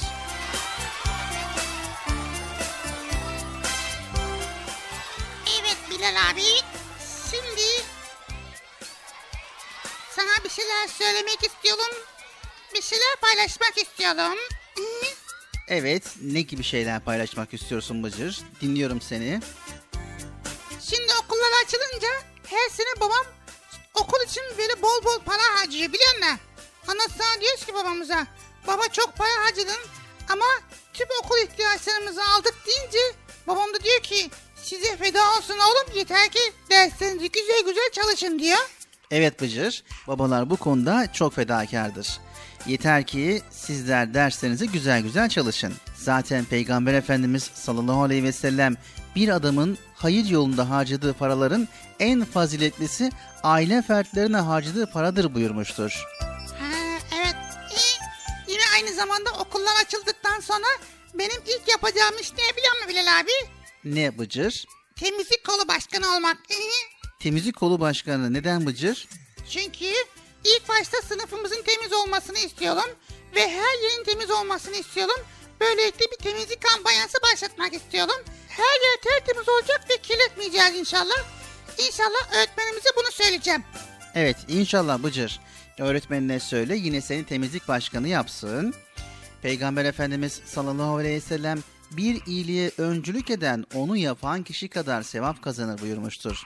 D: Evet Bilal abi, şimdi sana bir şeyler söylemek istiyorum. Bir şeyler paylaşmak istiyorum.
C: Evet, ne gibi şeyler paylaşmak istiyorsun Bıcır? Dinliyorum seni.
D: Şimdi okullar açılınca her sene babam okul için böyle bol bol para harcıyor, biliyor musun? Anasına diyoruz ki babamıza, baba çok para harcadın ama tüm okul ihtiyaçlarımızı aldık deyince babam da diyor ki size feda olsun oğlum, yeter ki derslerinizi güzel güzel çalışın diyor.
C: Evet Bıcır, babalar bu konuda çok fedakardır. Yeter ki sizler derslerinizi güzel güzel çalışın. Zaten Peygamber Efendimiz sallallahu aleyhi ve sellem bir adamın hayır yolunda harcadığı paraların en faziletlisi aile fertlerine harcadığı paradır buyurmuştur.
D: Ha, evet. Ee, yine aynı zamanda okullar açıldıktan sonra benim ilk yapacağım iş ne biliyor musun Bilal abi?
C: Ne Bıcır?
D: Temizlik kolu başkanı olmak.
C: Temizlik kolu başkanı neden Bıcır?
D: Çünkü ilk başta sınıfımızın temiz olmasını istiyorum ve her yerin temiz olmasını istiyorum. Böylelikle bir temizlik kampanyası başlatmak istiyorum. Her yer tertemiz olacak ve kirletmeyeceğiz inşallah. İnşallah öğretmenimize bunu söyleyeceğim.
C: Evet inşallah Bıcır. Öğretmenine söyle yine seni temizlik başkanı yapsın. Peygamber Efendimiz sallallahu aleyhi ve sellem bir iyiliğe öncülük eden onu yapan kişi kadar sevap kazanır buyurmuştur.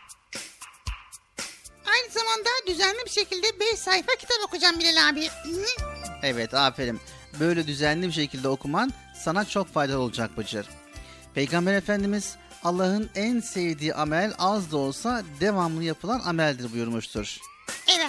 D: Aynı zamanda düzenli bir şekilde beş sayfa kitap okuyacağım Bilal abi.
C: Evet aferin. Böyle düzenli bir şekilde okuman sana çok faydalı olacak Bıcır. Peygamber Efendimiz Allah'ın en sevdiği amel az da olsa devamlı yapılan ameldir buyurmuştur.
D: Evet.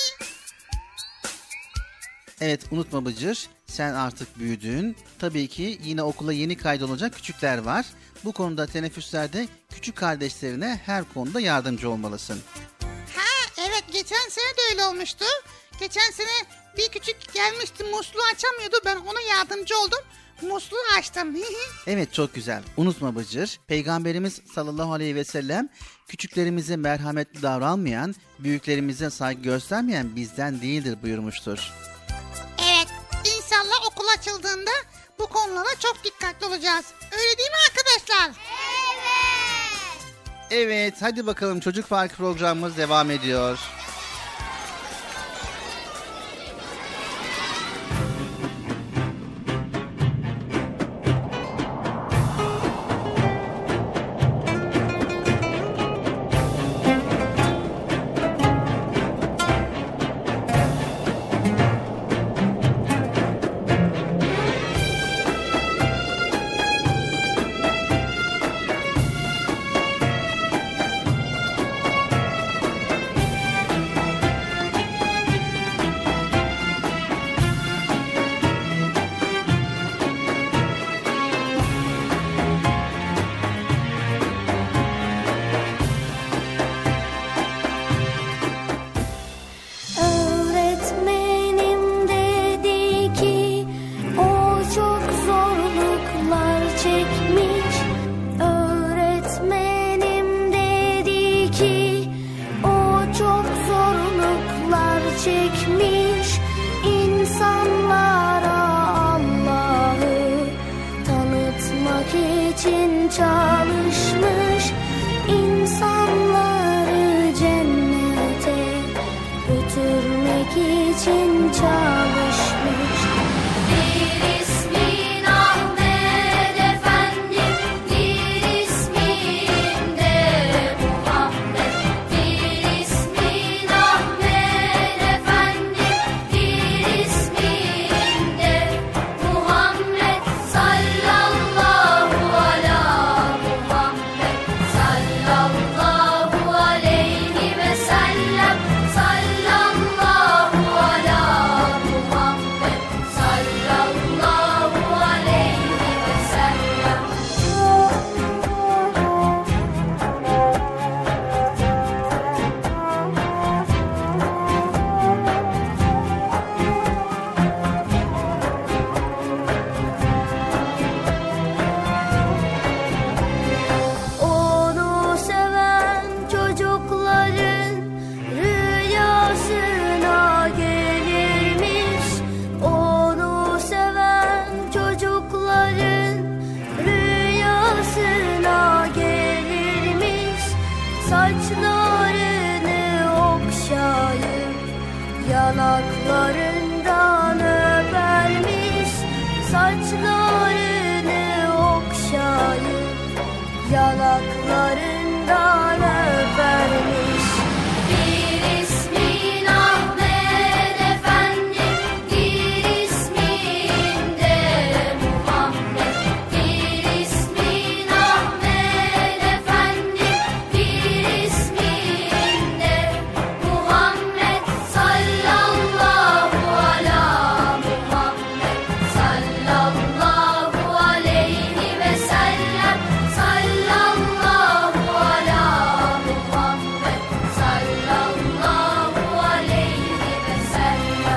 C: Evet unutma Bıcır, sen artık büyüdün. Tabii ki yine okula yeni kaydolacak küçükler var. Bu konuda teneffüslerde küçük kardeşlerine her konuda yardımcı olmalısın.
D: Ha evet, geçen sene de öyle olmuştu. Geçen sene bir küçük gelmişti, musluğu açamıyordu, ben ona yardımcı oldum. Musluğu açtım.
C: Evet çok güzel. Unutma Bıcır, Peygamberimiz sallallahu aleyhi ve sellem küçüklerimize merhametli davranmayan, büyüklerimize saygı göstermeyen bizden değildir buyurmuştur.
D: Evet, inşallah okul açıldığında bu konulara çok dikkatli olacağız. Öyle değil mi arkadaşlar?
F: Evet.
C: Evet hadi bakalım Çocuk Park programımız devam ediyor.
G: Öğretmenim dedi ki o çok zorluklar çekmiş. Öğretmenim dedi ki o çok zorluklar çekmiş. İnsanlara Allah'ı tanıtmak için çalışmış. İnsanları cennete götürmek için çalış. Yanaklarından öpermiş, saçlarını okşayıp yanaklarından öpermiş. Bir ismin Ahmet Efendi, bir ismin de Muhammed. Bir ismin Ahmet Efendi, bir ismin de Muhammed. Sallallahu ala Muhammed, sallallahu aleyhi ve sellem. Sallallahu ala Muhammed, sallallahu aleyhi ve sellem.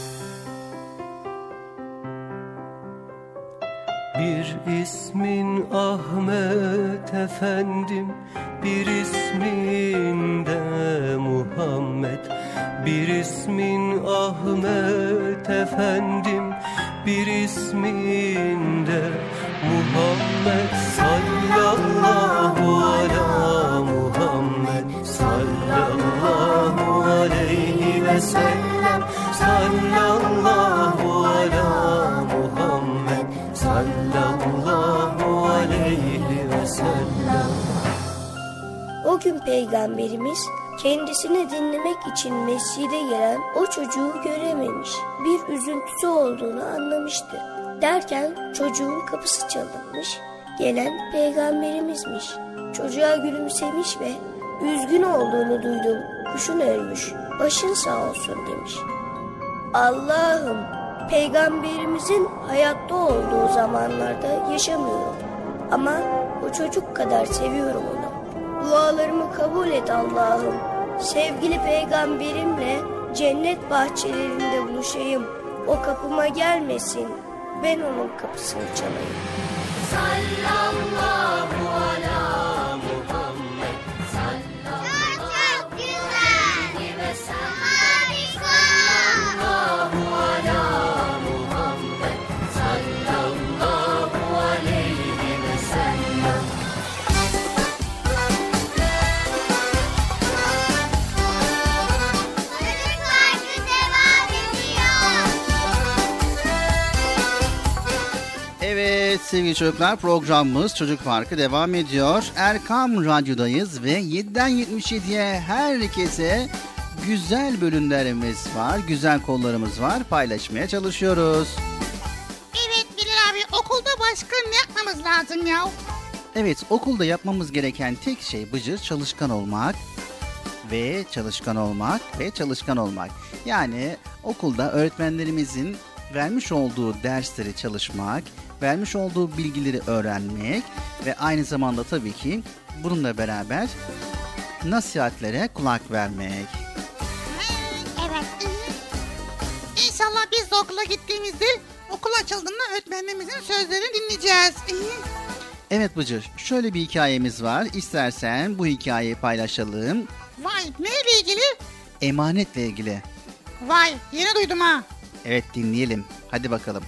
I: Bir ismin Ahmet efendim, bir ismin de Muhammed. Bir ismin Ahmet efendim, bir ismin de Muhammed. Sallallahu ala Muhammed, sallallahu aleyhi ve sellem. Sallallahu ala Muhammed, sallallahu aleyhi ve sellem.
G: O gün Peygamberimiz kendisini dinlemek için mescide gelen o çocuğu görememiş. Bir üzüntüsü olduğunu anlamıştı. Derken çocuğun kapısı çalınmış. Gelen Peygamberimizmiş. Çocuğa gülümsemiş ve üzgün olduğunu duydum. Kuşun ölmüş. Başın sağ olsun demiş. Allah'ım, Peygamberimizin hayatta olduğu zamanlarda yaşamıyorum. Ama o çocuk kadar seviyorum onu. Dualarımı kabul et Allah'ım. Sevgili Peygamberimle cennet bahçelerinde buluşayım. O kapıma gelmesin, ben onun kapısını çalayım. Sallallahu ala Muhammed, sallallahu aleyhi ve sellem. Sallallahu ala Muhammed, sallallahu aleyhi ve sellem.
A: Evet sevgili çocuklar, programımız Çocuk Parkı devam ediyor. Erkam Radyo'dayız ve yediden yetmiş yediye herkese güzel bölümlerimiz var, güzel kollarımız var, paylaşmaya çalışıyoruz.
D: Evet Bilal abi, okulda başka ne yapmamız lazım ya?
A: Evet, okulda yapmamız gereken tek şey Bıcır, çalışkan olmak ve çalışkan olmak ve çalışkan olmak. Yani okulda öğretmenlerimizin vermiş olduğu dersleri çalışmak, vermiş olduğu bilgileri öğrenmek ve aynı zamanda tabii ki bununla beraber nasihatlere kulak vermek.
D: Evet. İnşallah biz de okula gittiğimizde, okul açıldığında öğretmenlerimizin sözlerini dinleyeceğiz.
A: Evet Bıcır, şöyle bir hikayemiz var. İstersen bu hikayeyi paylaşalım.
D: Vay, neyle ilgili?
A: Emanetle ilgili.
D: Vay, yeni duydum ha.
A: Evet, dinleyelim. Hadi bakalım.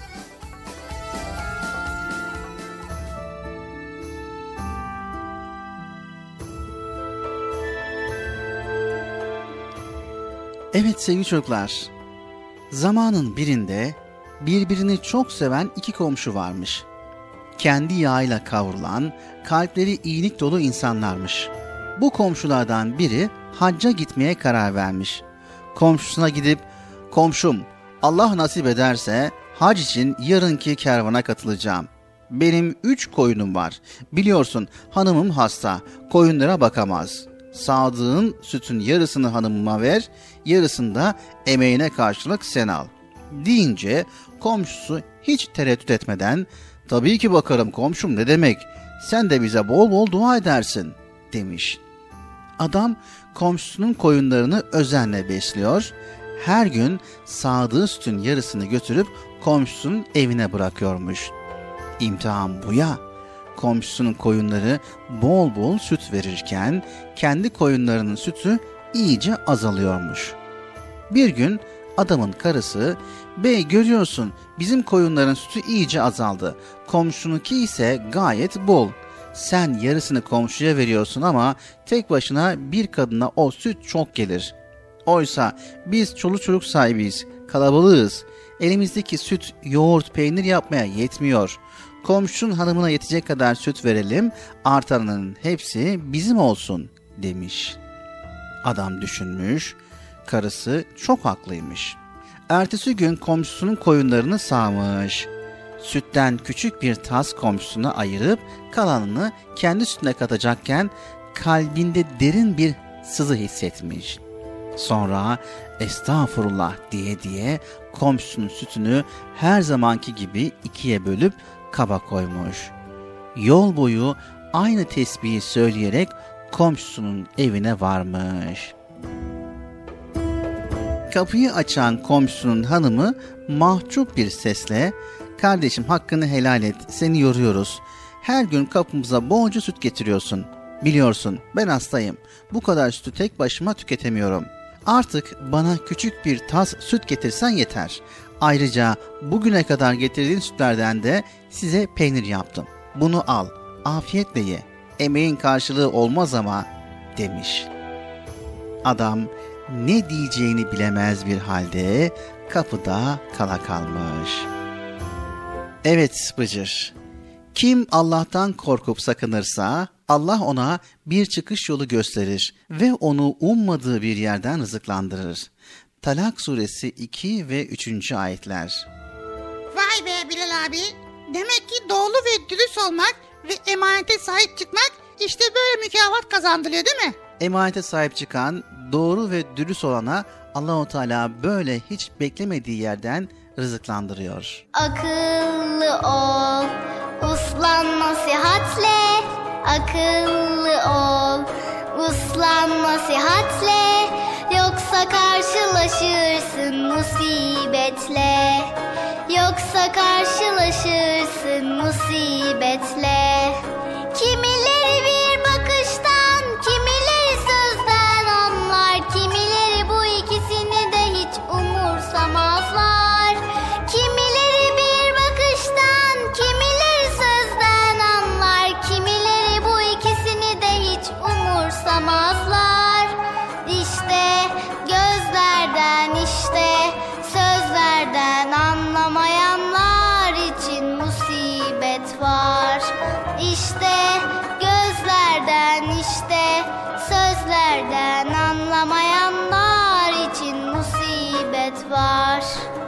A: Evet sevgili çocuklar, zamanın birinde birbirini çok seven iki komşu varmış. Kendi yağıyla kavrulan, kalpleri iyilik dolu insanlarmış. Bu komşulardan biri hacca gitmeye karar vermiş. Komşusuna gidip, "Komşum, Allah nasip ederse hac için yarınki kervana katılacağım. Benim üç koyunum var. Biliyorsun hanımım hasta, koyunlara bakamaz. Sağdığın sütün yarısını hanımıma ver, yarısını da emeğine karşılık sen al." Deyince komşusu hiç tereddüt etmeden, "Tabii ki bakarım komşum, ne demek, sen de bize bol bol dua edersin," demiş. Adam komşusunun koyunlarını özenle besliyor, her gün sağdığı sütün yarısını götürüp komşusunun evine bırakıyormuş. İmtihan bu ya. Komşusunun koyunları bol bol süt verirken kendi koyunlarının sütü iyice azalıyormuş. Bir gün adamın karısı, "Bey, görüyorsun bizim koyunların sütü iyice azaldı. Komşununki ise gayet bol. Sen yarısını komşuya veriyorsun ama tek başına bir kadına o süt çok gelir. Oysa biz çoluk çocuk sahibiyiz, kalabalığız. Elimizdeki süt, yoğurt, peynir yapmaya yetmiyor. Komşunun hanımına yetecek kadar süt verelim, artanın hepsi bizim olsun demiş. Adam düşünmüş, karısı çok haklıymış. Ertesi gün komşusunun koyunlarını sağmış. Sütten küçük bir tas komşusuna ayırıp kalanını kendi sütüne katacakken kalbinde derin bir sızı hissetmiş. Sonra estağfurullah diye diye komşusunun sütünü her zamanki gibi ikiye bölüp kaba koymuş. Yol boyu aynı tesbihi söyleyerek komşusunun evine varmış. Kapıyı açan komşusunun hanımı mahcup bir sesle "Kardeşim, hakkını helal et, seni yoruyoruz. Her gün kapımıza bolca süt getiriyorsun. Biliyorsun ben hastayım, bu kadar sütü tek başıma tüketemiyorum. Artık bana küçük bir tas süt getirsen yeter. Ayrıca bugüne kadar getirdiğin sütlerden de size peynir yaptım. Bunu al, afiyetle ye. Emeğin karşılığı olmaz ama" demiş. Adam ne diyeceğini bilemez bir halde kapıda kala kalmış. Evet Bıcır, kim Allah'tan korkup sakınırsa Allah ona bir çıkış yolu gösterir ve onu ummadığı bir yerden rızıklandırır. Talak suresi iki ve üçüncü ayetler.
D: Vay be Bilal abi. Demek ki doğru ve dürüst olmak ve emanete sahip çıkmak işte böyle mükafat kazandırıyor değil mi?
A: Emanete sahip çıkan, doğru ve dürüst olana Allah-u Teala böyle hiç beklemediği yerden rızıklandırıyor.
F: Akıllı ol, uslan nasihatle. Akıllı ol, uslan nasihatle. Yoksa karşılaşırsın musibetle. Yoksa karşılaşırsın musibetle. Kimileri bir bakıştan, kimileri sözden anlar. Kimileri bu ikisini de hiç umursamazlar. Kimileri bir bakıştan, kimileri sözden anlar. Kimileri bu ikisini de hiç umursamazlar. İşte gözlerden, işte sözlerden anlamayanlar için musibet var. İşte gözlerden, işte sözlerden anlamayanlar için musibet var.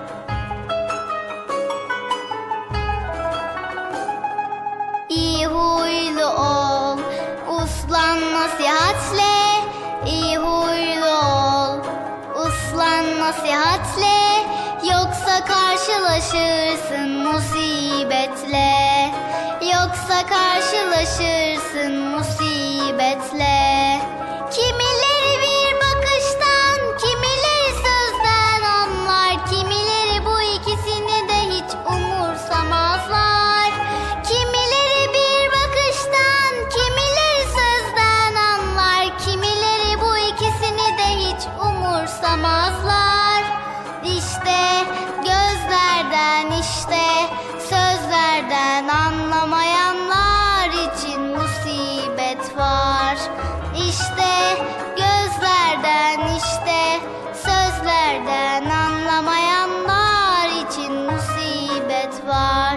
F: İyi huylu ol, uslan nasihatle. İyi huylu ol, uslan nasihatle. Yoksa karşılaşırsın musibetle. Yoksa karşılaşırsın musibetle. Kimileri bir bakıştan, kimileri sözden anlar. Kimileri bu ikisini de hiç umursamazlar. Kimileri bir bakıştan, kimileri sözden anlar. Kimileri bu ikisini de hiç umursamazlar. İşte gözlerden, işte sözlerden anlamayanlar için musibet var. İşte gözlerden, işte sözlerden anlamayanlar için musibet var.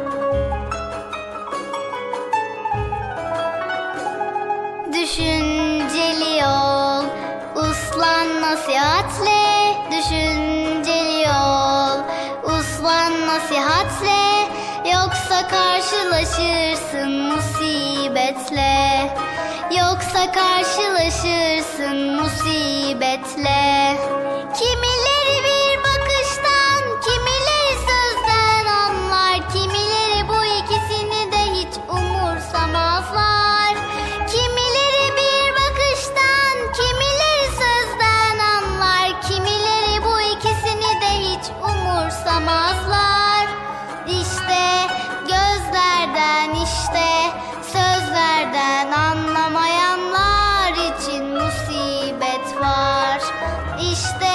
F: Düşünceli ol, uslan nasihatle. Düşünceli ol, uslan nasihatle. Yoksa karşılaşırsın musibetle. Yoksa karşılaşırsın musibetle. Kimileri bir bakıştan, kimileri sözden anlar. Kimileri bu ikisini de hiç umursamazlar. Kimileri bir bakıştan, kimileri sözden anlar. Kimileri bu ikisini de hiç umursamazlar. İşte gözlerden, işte sözlerden anlamayanlar için musibet var. İşte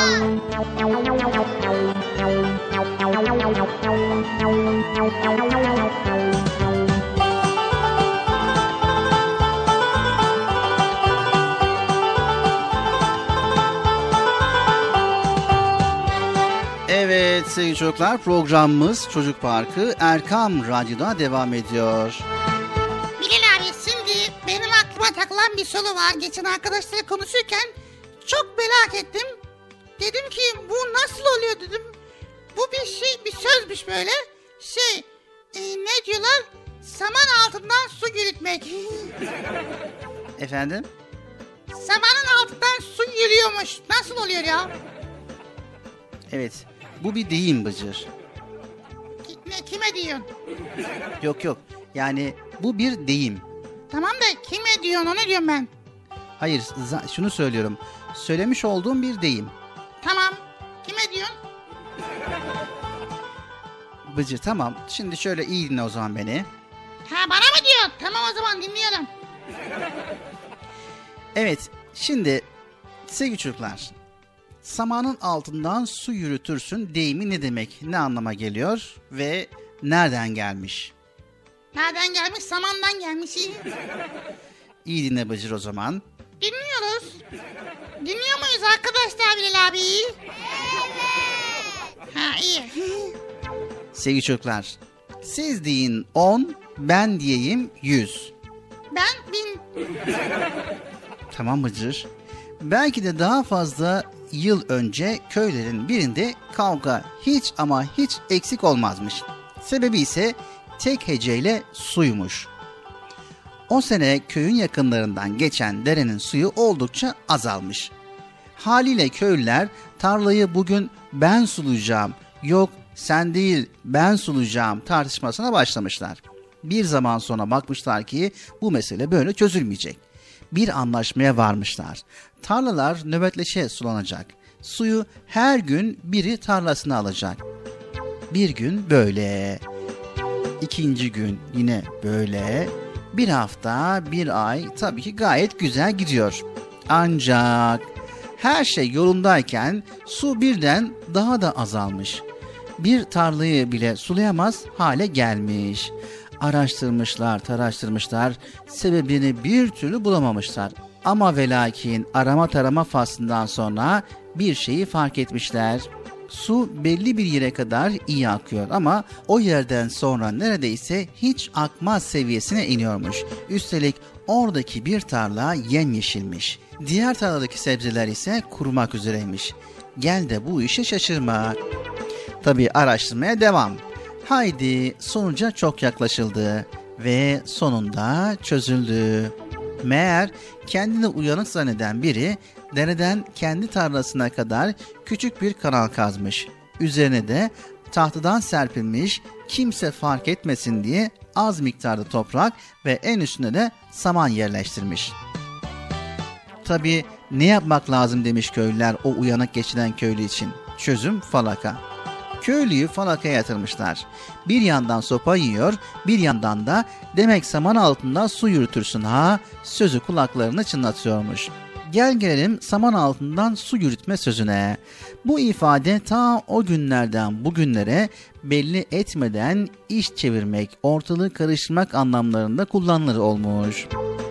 A: Evet sevgili çocuklar, programımız Çocuk Parkı Erkam Radyo'da devam ediyor.
D: Bilal abi, şimdi benim aklıma takılan bir soru var. Geçen arkadaşlarla konuşurken çok merak ettim. Dedim ki bu nasıl oluyor dedim. Bu bir şey, bir sözmüş böyle. Şey e, ne diyorlar? Saman altından su yürütmek.
A: Efendim?
D: Samanın altından su yürüyormuş. Nasıl oluyor ya?
A: Evet, bu bir deyim Bıcır.
D: Ki- Ne, kime diyorsun?
A: Yok yok, yani bu bir deyim.
D: Tamam da kime diyorsun, onu diyorum ben.
A: Hayır, za- şunu söylüyorum. Söylemiş olduğum bir deyim.
D: Tamam. Kime diyorsun?
A: Bıcır tamam, şimdi şöyle iyi dinle o zaman beni.
D: Ha, bana mı diyorsun? Tamam, o zaman dinliyorum.
A: Evet, şimdi sevgili çocuklar, samanın altından su yürütürsün deyimi ne demek, ne anlama geliyor ve nereden gelmiş?
D: Nereden gelmiş? Samandan gelmiş.
A: İyi dinle Bıcır o zaman.
D: Dinliyoruz. Dinliyor muyuz arkadaşlar Bilal abi? Evet. Ha, iyi.
A: Sevgili çocuklar, siz deyin on, ben diyeyim yüz.
D: Ben bin...
A: Tamam Bıcır. Belki de daha fazla yıl önce köylerin birinde kavga hiç ama hiç eksik olmazmış. Sebebi ise tek heceyle suymuş. O sene köyün yakınlarından geçen derenin suyu oldukça azalmış. Haliyle köylüler tarlayı bugün ben sulayacağım, yok sen değil ben sulayacağım tartışmasına başlamışlar. Bir zaman sonra bakmışlar ki bu mesele böyle çözülmeyecek. Bir anlaşmaya varmışlar. Tarlalar nöbetleşe sulanacak. Suyu her gün biri tarlasına alacak. Bir gün böyle. İkinci gün yine böyle. Bir hafta, bir ay tabii ki gayet güzel gidiyor. Ancak her şey yolundayken su birden daha da azalmış. Bir tarlayı bile sulayamaz hale gelmiş. Araştırmışlar, taraştırmışlar, sebebini bir türlü bulamamışlar. Ama ve lakin arama tarama faslından sonra bir şeyi fark etmişler. Su belli bir yere kadar iyi akıyor ama o yerden sonra neredeyse hiç akmaz seviyesine iniyormuş. Üstelik oradaki bir tarla yemyeşilmiş. Diğer tarladaki sebzeler ise kurumak üzereymiş. Gel de bu işe şaşırma. Tabii araştırmaya devam. Haydi sonuca çok yaklaşıldı ve sonunda çözüldü. Meğer kendini uyanık zanneden biri dereden kendi tarlasına kadar küçük bir kanal kazmış. Üzerine de tahtadan serpilmiş, kimse fark etmesin diye az miktarda toprak ve en üstüne de saman yerleştirmiş. Tabii ne yapmak lazım demiş köylüler o uyanık geçinen köylü için. Çözüm falaka. Köylüyü falakaya yatırmışlar. Bir yandan sopa yiyor, bir yandan da demek saman altından su yürütürsün ha sözü kulaklarını çınlatıyormuş. Gel gelelim saman altından su yürütme sözüne. Bu ifade ta o günlerden bugünlere belli etmeden iş çevirmek, ortalığı karıştırmak anlamlarında kullanılır olmuş.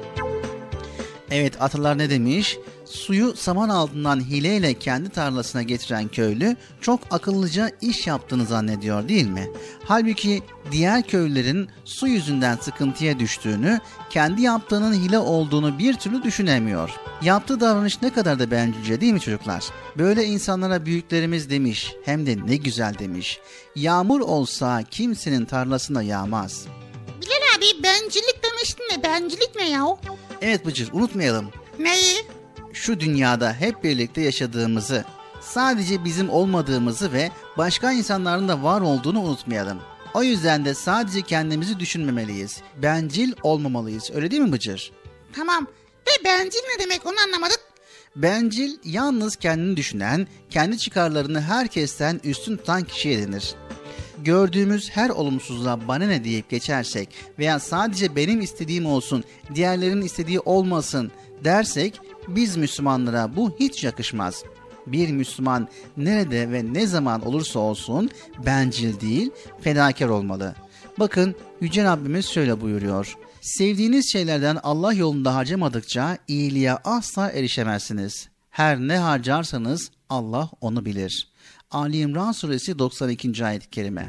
A: Evet, atalar ne demiş? Suyu saman altından hileyle kendi tarlasına getiren köylü çok akıllıca iş yaptığını zannediyor değil mi? Halbuki diğer köylülerin su yüzünden sıkıntıya düştüğünü, kendi yaptığının hile olduğunu bir türlü düşünemiyor. Yaptığı davranış ne kadar da bencilce değil mi çocuklar? Böyle insanlara büyüklerimiz demiş, hem de ne güzel demiş. Yağmur olsa kimsenin tarlasına yağmaz.
D: Bilal abi, bencillik demiştin de bencillik ne ya?
A: Evet Bıcır, unutmayalım.
D: Neyi?
A: Şu dünyada hep birlikte yaşadığımızı, sadece bizim olmadığımızı ve başka insanların da var olduğunu unutmayalım. O yüzden de sadece kendimizi düşünmemeliyiz. Bencil olmamalıyız. Öyle değil mi Bıcır?
D: Tamam. De bencil ne demek, onu anlamadık.
A: Bencil yalnız kendini düşünen, kendi çıkarlarını herkesten üstün tutan kişiye denir. Gördüğümüz her olumsuzluğa bana ne deyip geçersek veya sadece benim istediğim olsun, diğerlerinin istediği olmasın dersek biz Müslümanlara bu hiç yakışmaz. Bir Müslüman nerede ve ne zaman olursa olsun bencil değil, fedakar olmalı. Bakın Yüce Rabbimiz şöyle buyuruyor. Sevdiğiniz şeylerden Allah yolunda harcamadıkça iyiliğe asla erişemezsiniz. Her ne harcarsanız Allah onu bilir. Ali İmran suresi doksan ikinci ayet-i kerime.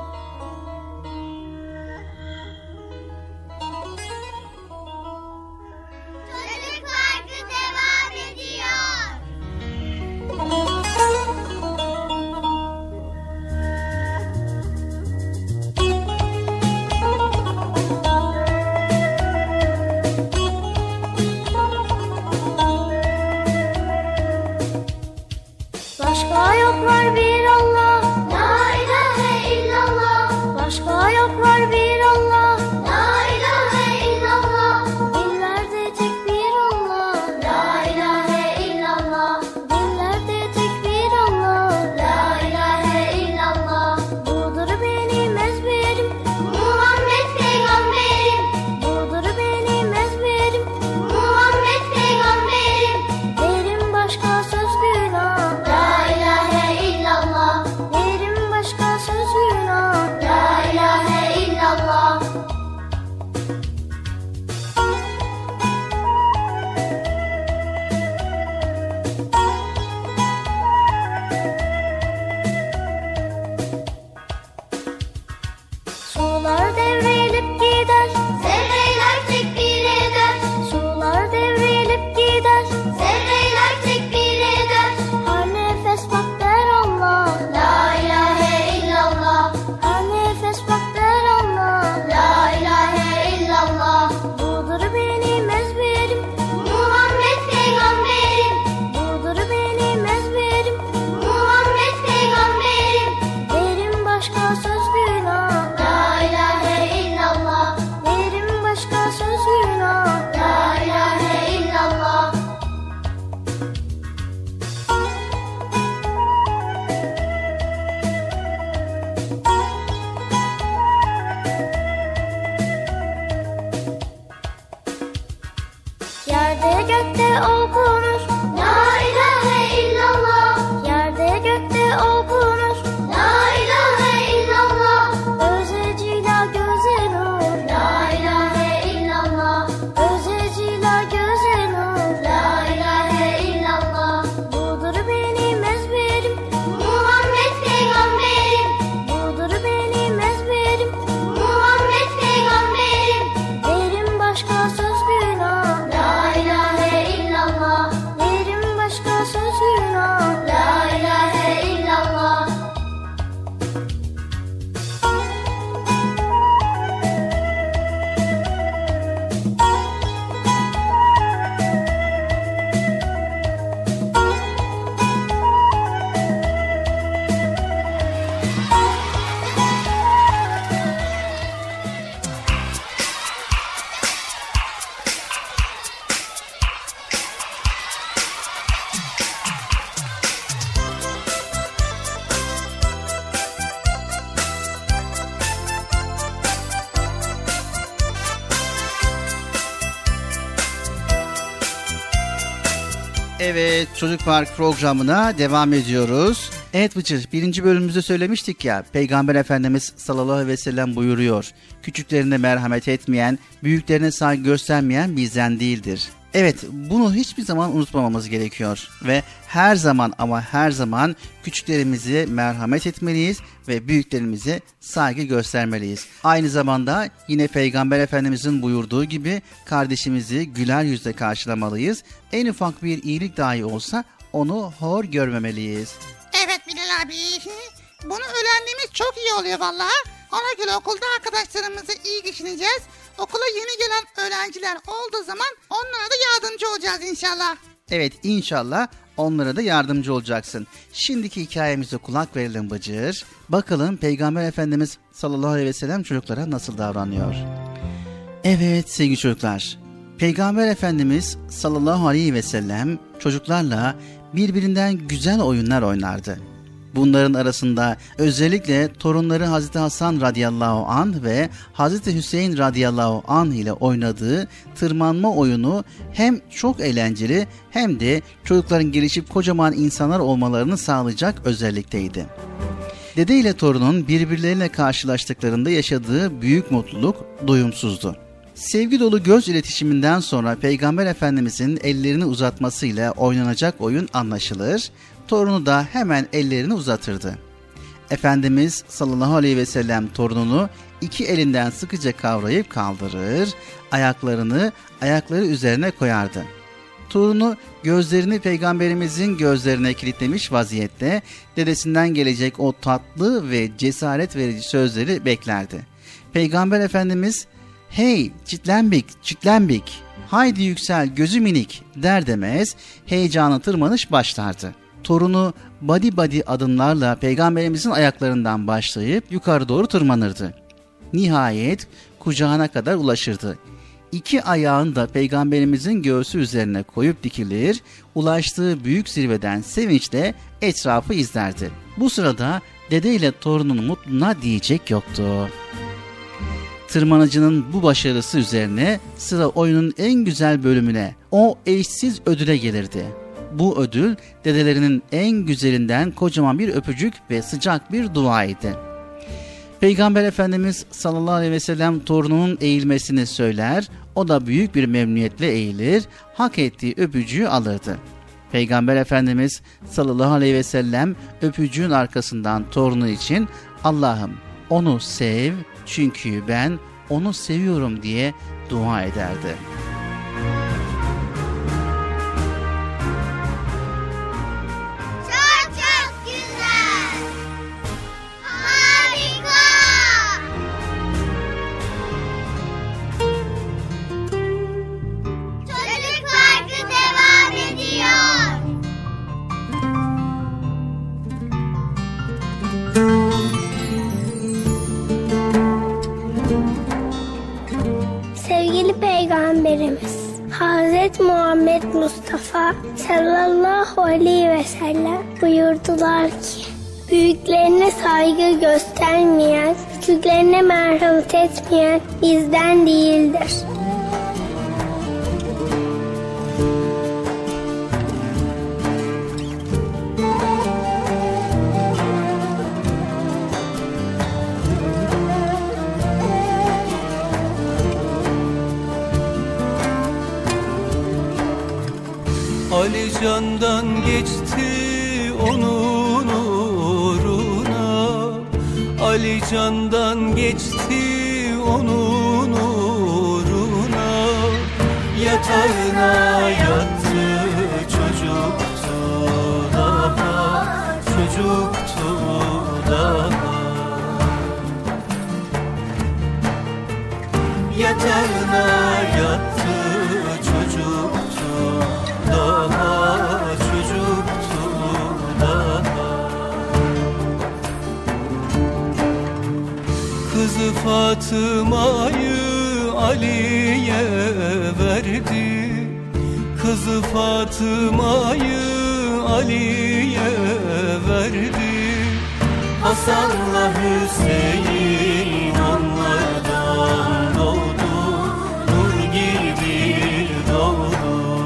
F: Başka yok var bir Allah, la ilahe illallah. Başka yok var bir Allah, la ilahe illallah. Dillerde tek bir Allah, la ilahe illallah. Dillerde tek bir Allah, la ilahe illallah. Budur benim ezberim, Muhammed peygamberim. Budur benim ezberim, Muhammed peygamberim. Derim başka söz günah, la ilahe illallah. Derim başka söz günah, la ilahe illallah. Sular devrilip gider, zerreler tekbir eder. Sular devrilip gider, zerreler tekbir eder. Her nefes bak der Allah, la ilahe illallah. Her nefes bak der Allah, la ilahe illallah. Budur benim ezberim, Muhammed peygamberim. Budur benim ezberim, Muhammed peygamberim. Derim başka söz günah, la ilahe illallah. Derim başka söz günah, la ilahe illallah. Yerde gökte okunur, la ilahe illallah. Yerde gökte okunur, la ilahe illallah. Özecila göze nur, la ilahe illallah. Özecila göze nur, la ilahe illallah. Budur benim ezberim, Muhammed peygamberim. Budur benim ezberim, Muhammed peygamberim. Derim başka söz günah, la ilahe illallah. Derim başka söz günah, la ilahe illallah.
A: Evet, Çocuk Park programına devam ediyoruz. Evet Bıcır, birinci bölümümüzde söylemiştik ya, Peygamber Efendimiz sallallahu aleyhi ve sellem buyuruyor. Küçüklerine merhamet etmeyen, büyüklerine saygı göstermeyen bizden değildir. Evet, bunu hiçbir zaman unutmamamız gerekiyor. Ve her zaman ama her zaman küçüklerimize merhamet etmeliyiz ve büyüklerimize saygı göstermeliyiz. Aynı zamanda yine Peygamber Efendimizin buyurduğu gibi kardeşimizi güler yüzle karşılamalıyız. En ufak bir iyilik dahi olsa onu hor görmemeliyiz.
D: Evet Bilal abi. Bunu öğrendiğimiz çok iyi oluyor vallahi. Ona göre okulda arkadaşlarımızı iyi geçineceğiz. Okula yeni gelen öğrenciler olduğu zaman onlara da yardımcı olacağız inşallah.
A: Evet, inşallah onlara da yardımcı olacaksın. Şimdiki hikayemize kulak verelim Bıcır. Bakalım Peygamber Efendimiz sallallahu aleyhi ve sellem çocuklara nasıl davranıyor? Evet sevgili çocuklar. Peygamber Efendimiz sallallahu aleyhi ve sellem çocuklarla birbirinden güzel oyunlar oynardı. Bunların arasında özellikle torunları Hazreti Hasan radıyallahu anh ve Hazreti Hüseyin radıyallahu anh ile oynadığı tırmanma oyunu hem çok eğlenceli hem de çocukların gelişip kocaman insanlar olmalarını sağlayacak özellikteydi. Dede ile torunun birbirleriyle karşılaştıklarında yaşadığı büyük mutluluk doyumsuzdu. Sevgi dolu göz iletişiminden sonra Peygamber Efendimizin ellerini uzatmasıyla oynanacak oyun anlaşılır, torunu da hemen ellerini uzatırdı. Efendimiz sallallahu aleyhi ve sellem torununu iki elinden sıkıca kavrayıp kaldırır, ayaklarını ayakları üzerine koyardı. Torunu gözlerini Peygamberimizin gözlerine kilitlemiş vaziyette dedesinden gelecek o tatlı ve cesaret verici sözleri beklerdi. Peygamber Efendimiz "Hey çitlenbik, çitlenbik, haydi yüksel gözü minik" der demez heyecanı tırmanış başlardı. Torunu badi badi adımlarla Peygamberimizin ayaklarından başlayıp yukarı doğru tırmanırdı. Nihayet kucağına kadar ulaşırdı. İki ayağını da Peygamberimizin göğsü üzerine koyup dikilir, ulaştığı büyük zirveden sevinçle etrafı izlerdi. Bu sırada dede ile torunun mutluluğuna diyecek yoktu. Tırmanıcının bu başarısı üzerine sıra oyunun en güzel bölümüne, o eşsiz ödüle gelirdi. Bu ödül dedelerinin en güzelinden kocaman bir öpücük ve sıcak bir dua idi. Peygamber Efendimiz sallallahu aleyhi ve sellem torununun eğilmesini söyler, o da büyük bir memnuniyetle eğilir, hak ettiği öpücüğü alırdı. Peygamber Efendimiz sallallahu aleyhi ve sellem öpücüğün arkasından torunu için "Allah'ım onu sev çünkü ben onu seviyorum" diye dua ederdi.
F: Çok çok güzel. Harika. Çocuk Parkı devam ediyor. Sevgili Peygamberimiz Hazreti Muhammed Mustafa sallallahu aleyhi ve sellem buyurdular ki, büyüklerine saygı göstermeyen, küçüklerine merhamet etmeyen bizden değildir.
I: Ali candan geçti onun uğruna, Ali candan geçti onun uğruna. Yatağına yattı çocuktu daha, çocuktu daha. Yatağına yattı çocuktu daha, çocuktu daha. Kızı Fatıma'yı Ali'ye verdi, kızı Fatıma'yı Ali'ye verdi. Hasan'la Hüseyin onlardan doğdu, nur gibi doğdu.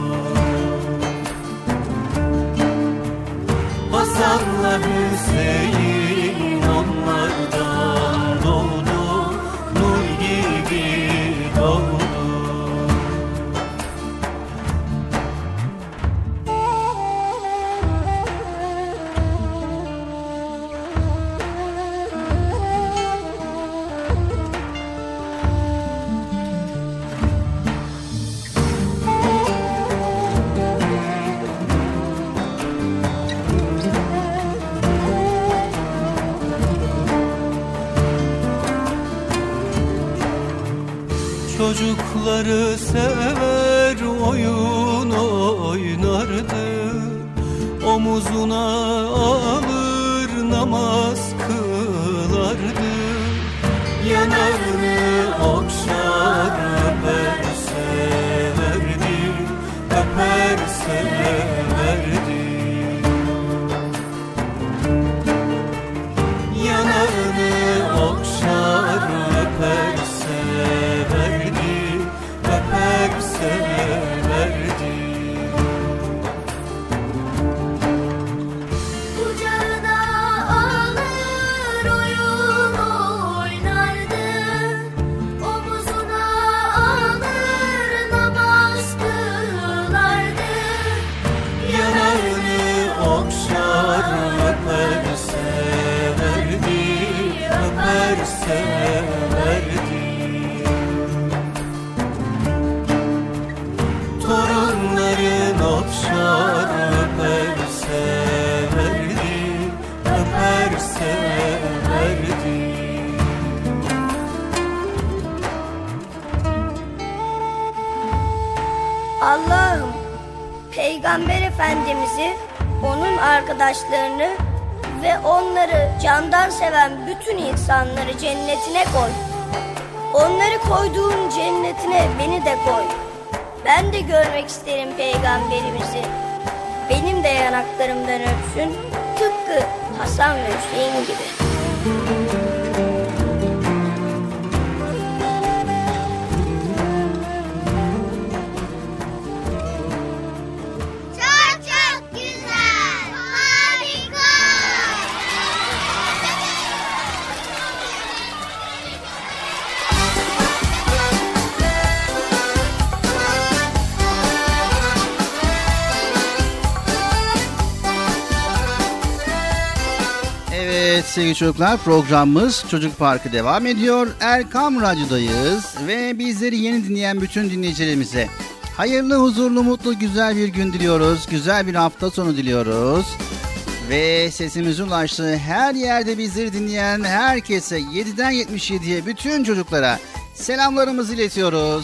I: Hasan'la Hüseyin onlardan doğdu, nur gibi doğdu. Çocukları sever oyun oynardı, omuzuna alır namaz kılardı. Yanarını okşar öper severdi, öper severdi.
F: Peygamber Efendimiz'i, onun arkadaşlarını ve onları candan seven bütün insanları cennetine koy. Onları koyduğun cennetine beni de koy. Ben de görmek isterim Peygamberimizi. Benim de yanaklarımdan öpsün, tıpkı Hasan ve Hüseyin gibi.
J: Çok çok güzel, harika.
A: Evet sevgili çocuklar, programımız Çocuk Parkı devam ediyor. Erkam Radyo'dayız ve bizleri yeni dinleyen bütün dinleyicilerimize hayırlı, huzurlu, mutlu, güzel bir gün diliyoruz. Güzel bir hafta sonu diliyoruz. Ve sesimizin ulaştığı her yerde bizleri dinleyen herkese, yediden yetmiş yediye bütün çocuklara selamlarımızı iletiyoruz.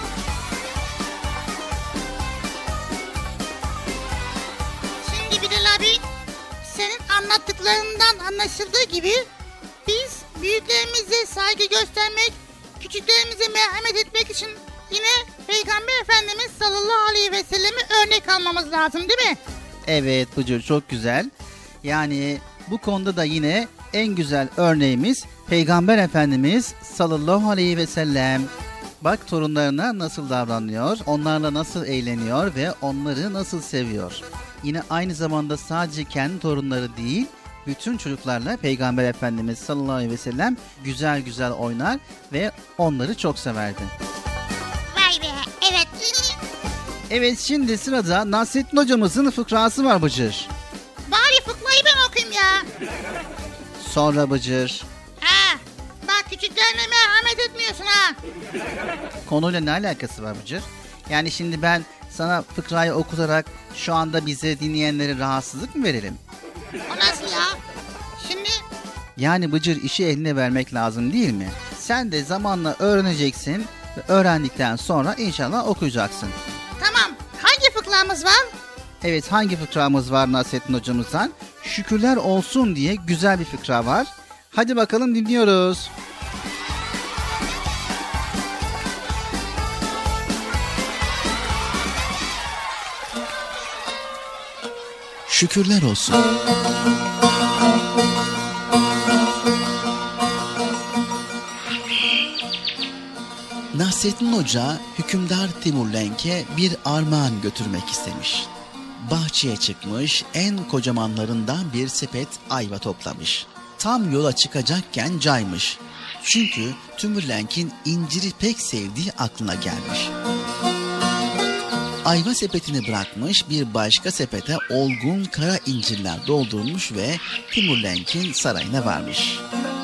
D: Şimdi Bilal abi, senin anlattıklarından anlaşıldığı gibi biz büyüklerimize saygı göstermek, küçüklerimize merhamet etmek için yine Peygamber Efendimiz sallallahu aleyhi ve sellemi örnek almamız lazım, değil mi?
A: Evet Bıcır, çok güzel. Yani bu konuda da yine en güzel örneğimiz Peygamber Efendimiz sallallahu aleyhi ve sellem. Bak torunlarına nasıl davranıyor, onlarla nasıl eğleniyor ve onları nasıl seviyor. Yine aynı zamanda sadece kendi torunları değil, bütün çocuklarla Peygamber Efendimiz sallallahu aleyhi ve sellem güzel güzel oynar ve onları çok severdi.
D: Vay be, evet.
A: Evet, şimdi sırada Nasrettin hocamızın fıkrası var Bıcır.
D: Bari fıkrayı ben okuyayım ya.
A: Sonra Bıcır.
D: Ha, bak küçüklerine merhamet etmiyorsun ha.
A: Konuyla ne alakası var Bıcır? Yani şimdi ben sana fıkrayı okutarak şu anda bizi dinleyenlere rahatsızlık mı verelim?
D: O nasıl ya? Şimdi...
A: Yani Bıcır, işi eline vermek lazım değil mi? Sen de zamanla öğreneceksin ve öğrendikten sonra inşallah okuyacaksın.
D: Tamam, hangi fıkramız var?
A: Evet, hangi fıkramız var Nasrettin hocamızdan? Şükürler olsun diye güzel bir fıkra var. Hadi bakalım, dinliyoruz.
C: Şükürler olsun. Nasrettin Hoca hükümdar Timur Lenk'e bir armağan götürmek istemiş. Bahçeye çıkmış, en kocamanlarından bir sepet ayva toplamış. Tam yola çıkacakken caymış. Çünkü Timur Lenk'in inciri pek sevdiği aklına gelmiş. Ayva sepetini bırakmış, bir başka sepete olgun kara incirler doldurmuş ve Timur Lenk'in sarayına varmış.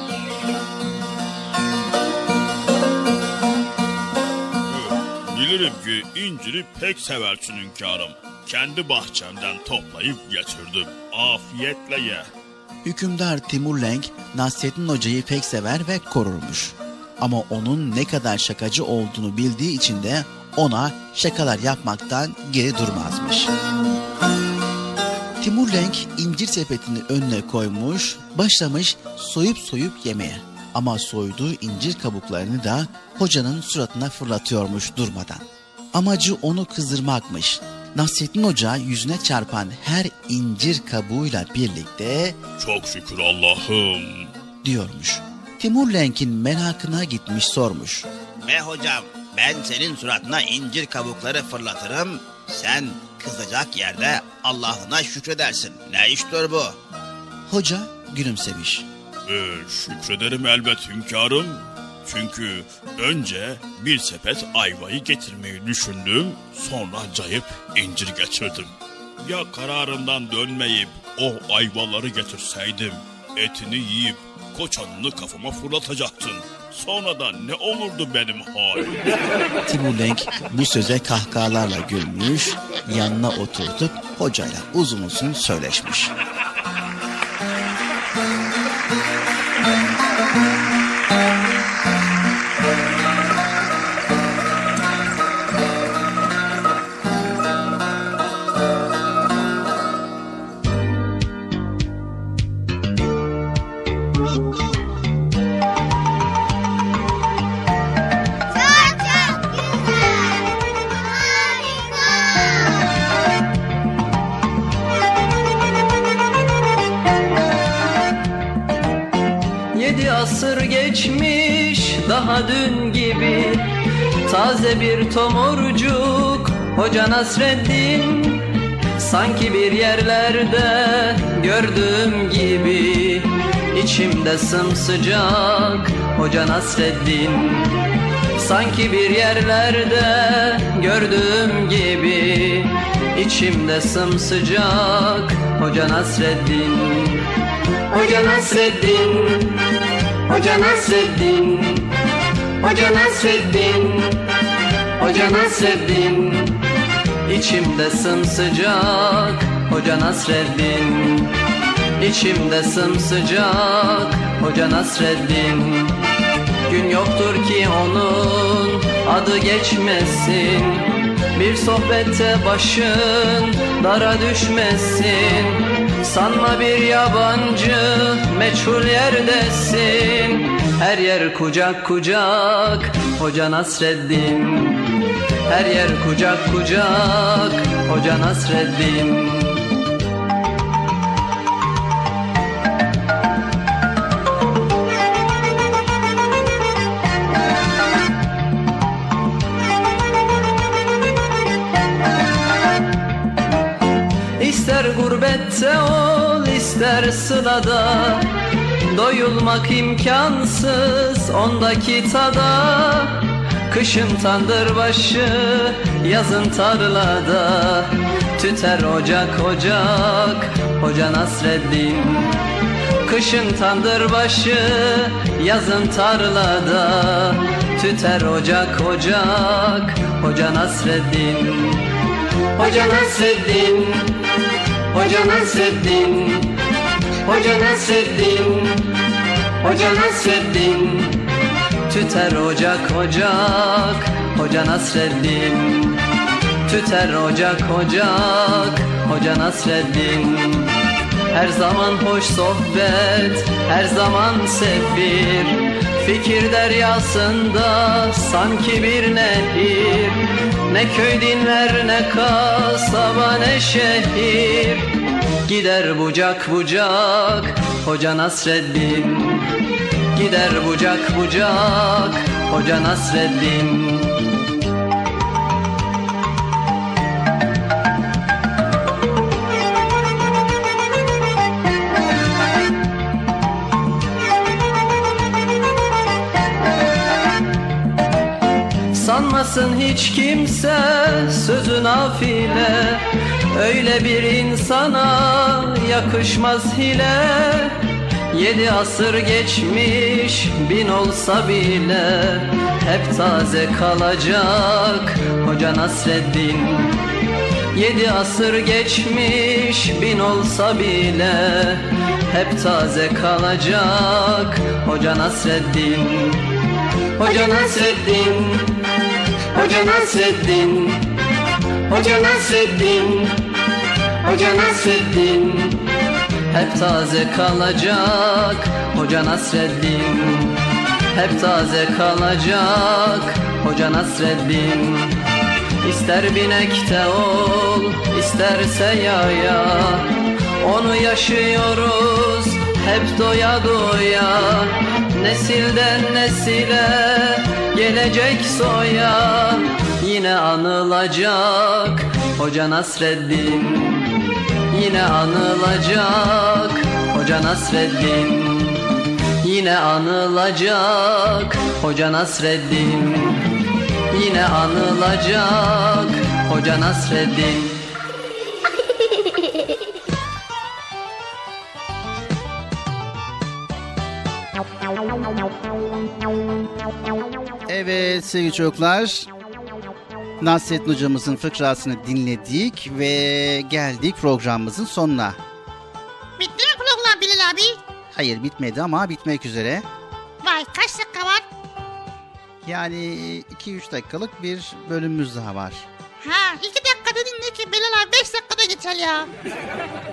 B: Bilirim ki inciri pek seversin hünkârım. Kendi bahçemden toplayıp getirdim. Afiyetle ye.
C: Hükümdar Timur Lenk Nasrettin Hoca'yı pek sever ve korurmuş. Ama onun ne kadar şakacı olduğunu bildiği için de ona şakalar yapmaktan geri durmazmış. Timur Lenk incir sepetini önüne koymuş, başlamış soyup soyup yemeye. Ama soyduğu incir kabuklarını da hocanın suratına fırlatıyormuş durmadan. Amacı onu kızdırmakmış. Nasrettin Hoca yüzüne çarpan her incir kabuğuyla birlikte
B: "Çok şükür Allah'ım"
C: diyormuş. Timur Lenk'in merakına gitmiş, sormuş.
K: "Be hocam, ben senin suratına incir kabukları fırlatırım, sen kızacak yerde Allah'ına şükredersin. Ne iştir bu?"
C: Hoca gülümsemiş.
B: Ee, şükrederim elbet hünkârım. Çünkü önce bir sepet ayvayı getirmeyi düşündüm, sonra cayıp incir getirdim. Ya kararımdan dönmeyip o ayvaları getirseydim, etini yiyip koçanını kafama fırlatacaktın. Sonra da ne olurdu benim halim?
C: Timur Lenk bu söze kahkahalarla gülmüş, yanına oturtup hocayla uzun uzun söyleşmiş.
L: Yedi asır geçmiş daha dün gibi, taze bir tomurcuk Hoca Nasreddin. Sanki bir yerlerde gördüğüm gibi, içimde sımsıcak Hoca Nasreddin. Sanki bir yerlerde gördüğüm gibi, içimde sımsıcak Hoca Nasreddin. Hoca Nasreddin, Hoca Nasreddin, Hoca Nasreddin, Hoca Nasreddin. İçimde sımsıcak Hoca Nasreddin. İçimde sımsıcak Hoca Nasreddin. Gün yoktur ki onun adı geçmesin, bir sohbette başın dara düşmesin. Sanma bir yabancı meçhul yerdesin, her yer kucak kucak Hoca Nasreddin. Her yer kucak kucak Hoca Nasreddin. İster gurbette ol, ister sılada, doyulmak imkansız ondaki tada. Kışın tandırbaşı, yazın tarlada, tüter ocak ocak Hoca Nasreddin. Kışın tandırbaşı, yazın tarlada, tüter ocak ocak Hoca Nasreddin. Hoca Nasreddin, Hoca Nasreddin, Hoca Nasreddin, Hoca Nasreddin. Tüter ocak ocak Hoca Nasreddin. Tüter ocak ocak Hoca Nasreddin. Her zaman hoş sohbet, her zaman sefir, fikir deryasında sanki bir nehir. Ne köy dinler, ne kasaba, ne şehir, gider bucak bucak Hoca Nasreddin. Gider bucak bucak Hoca Nasreddin. Sanmasın hiç kimse sözü nafile, öyle bir insana yakışmaz hile. Yedi asır geçmiş bin olsa bile, hep taze kalacak Hoca Nasreddin. Yedi asır geçmiş bin olsa bile, hep taze kalacak Hoca Nasreddin. Hoca Nasreddin, Hoca Nasreddin, Hoca Nasreddin, Hoca Nasreddin. Hep taze kalacak Hoca Nasreddin. Hep taze kalacak Hoca Nasreddin. İster binekte ol, isterse yaya, onu yaşıyoruz hep doya doya. Nesilden nesile gelecek soya, yine anılacak Hoca Nasreddin. Yine anılacak Hoca Nasreddin. Yine anılacak Hoca Nasreddin. Yine anılacak Hoca Nasreddin.
A: Evet sevgili çocuklar, Nasrettin hocamızın fıkrasını dinledik ve geldik programımızın sonuna.
D: Bitti mi program Bilal abi?
A: Hayır, bitmedi ama bitmek üzere.
D: Vay, kaç dakika var?
A: Yani iki üç dakikalık bir bölümümüz daha var.
D: Ha, iki dakika dedin de ki Bilal abi beş dakikada geçer ya.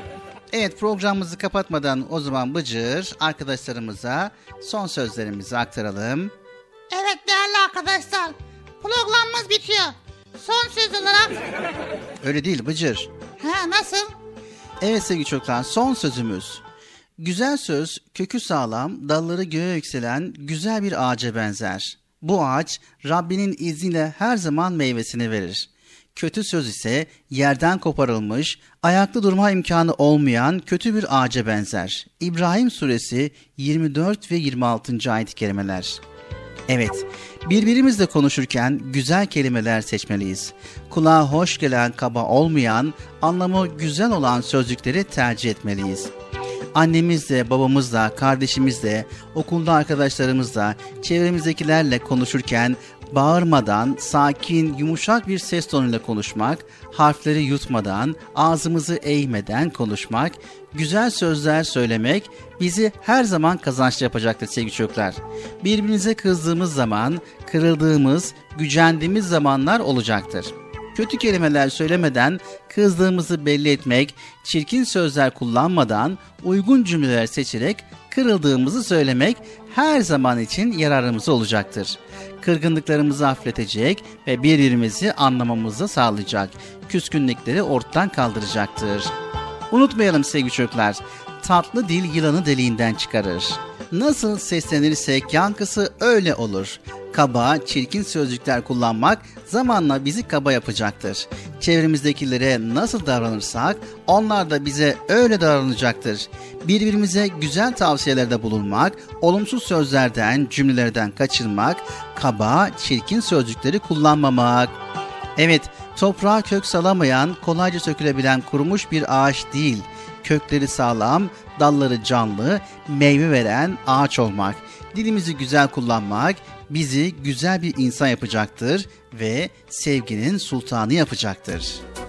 A: Evet, programımızı kapatmadan o zaman Bıcır arkadaşlarımıza son sözlerimizi aktaralım.
D: Evet değerli arkadaşlar, programımız bitiyor. Son söz olarak...
A: Öyle değil Bıcır.
D: Ha, nasıl?
A: Evet sevgili çocuklar, son sözümüz. Güzel söz kökü sağlam, dalları göğe yükselen güzel bir ağaca benzer. Bu ağaç Rabbinin izniyle her zaman meyvesini verir. Kötü söz ise yerden koparılmış, ayakta durma imkanı olmayan kötü bir ağaca benzer. İbrahim suresi yirmi dört ve yirmi altıncı ayet-i kerimeler. Evet, birbirimizle konuşurken güzel kelimeler seçmeliyiz. Kulağa hoş gelen, kaba olmayan, anlamı güzel olan sözcükleri tercih etmeliyiz. Annemizle, babamızla, kardeşimizle, okulda arkadaşlarımızla, çevremizdekilerle konuşurken bağırmadan, sakin, yumuşak bir ses tonuyla konuşmak, harfleri yutmadan, ağzımızı eğmeden konuşmak, güzel sözler söylemek bizi her zaman kazançlı yapacaktır sevgili çocuklar. Birbirimize kızdığımız zaman, kırıldığımız, gücendiğimiz zamanlar olacaktır. Kötü kelimeler söylemeden kızdığımızı belli etmek, çirkin sözler kullanmadan uygun cümleler seçerek kırıldığımızı söylemek her zaman için yararımıza olacaktır. Kırgınlıklarımızı hafifletecek ve birbirimizi anlamamızı sağlayacak, küskünlükleri ortadan kaldıracaktır. Unutmayalım sevgili çocuklar, tatlı dil yılanı deliğinden çıkarır. Nasıl seslenirsek yankısı öyle olur. Kaba, çirkin sözcükler kullanmak zamanla bizi kaba yapacaktır. Çevremizdekilere nasıl davranırsak onlar da bize öyle davranacaktır. Birbirimize güzel tavsiyelerde bulunmak, olumsuz sözlerden, cümlelerden kaçınmak, kaba, çirkin sözcükleri kullanmamak. Evet, toprağa kök salamayan, kolayca sökülebilen kurumuş bir ağaç değil, kökleri sağlam, dalları canlı, meyve veren ağaç olmak. Dilimizi güzel kullanmak bizi güzel bir insan yapacaktır ve sevginin sultanı yapacaktır.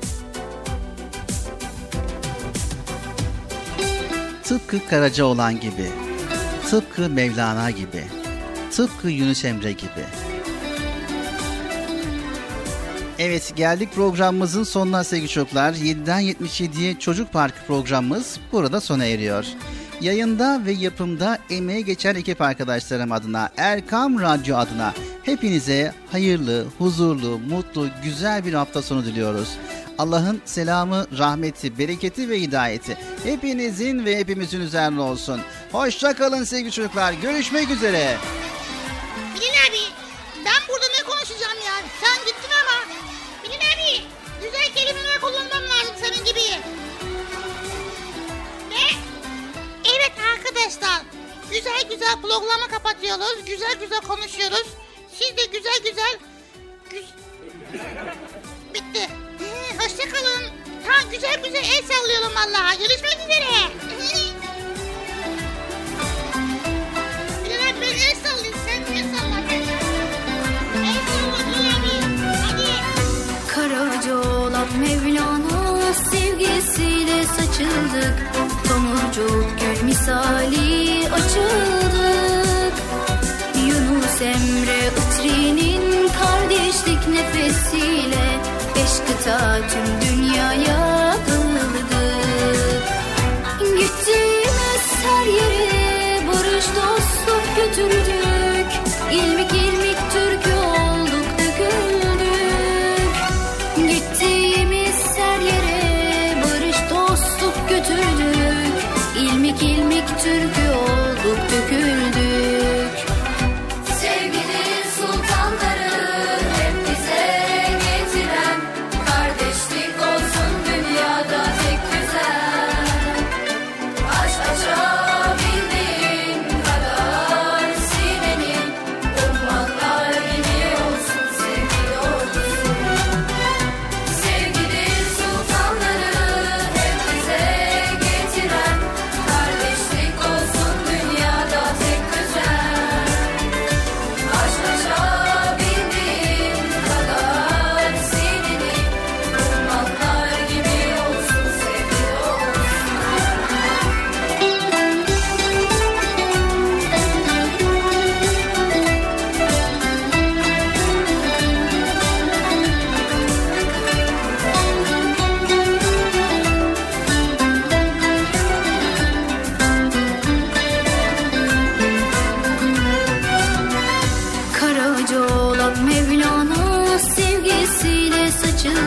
A: Tıpkı Karacaoğlan gibi, tıpkı Mevlana gibi, tıpkı Yunus Emre gibi. Evet, geldik programımızın sonuna sevgili çocuklar. yediden yetmiş yediye Çocuk Parkı programımız burada sona eriyor. Yayında ve yapımda emeği geçen ekip arkadaşlarım adına, Erkam Radyo adına hepinize hayırlı, huzurlu, mutlu, güzel bir hafta sonu diliyoruz. Allah'ın selamı, rahmeti, bereketi ve hidayeti hepinizin ve hepimizin üzerine olsun. Hoşça kalın sevgili çocuklar. Görüşmek üzere.
D: Bilin abi, ben burada ne konuşacağım ya? Sen gittin ama. Bilin abi, güzel kelimeler kullanmam lazım senin gibi. Ve evet arkadaşlar, güzel güzel programı kapatıyoruz. Güzel güzel konuşuyoruz. Siz de güzel güzel... Güz... Bitti. Ee, hoşça kalın. Ha, güzel güzel el sallıyorum vallaha. Görüşmek üzere. Bilin abi, ben el sallayayım. Sen el salla. El salla Bilin abi. Hadi.
M: Karacaoğlan Mevlana sevgisiyle saçıldık. Tomurcuk gül misali açıldık. Yunus Emre Itri'nin kardeşlik nefesiyle beş kıta tüm dünyaya dağıldık. Gittiğimiz her yere barış dostluk götürdük. İlmik ilmik türkü olduk döküldük. Gittiğimiz her yere barış dostluk götürdük. İlmik ilmik türkü olduk döküldük. Sevginin sultanları hep bize getiren kardeşlik olsun dünyada tek güzel. Aşk açabildiğin kadar sinenin ummanlar yeni olsun sevgili olsun. Sevginin sultanları hep bize getiren kardeşlik olsun dünyada tek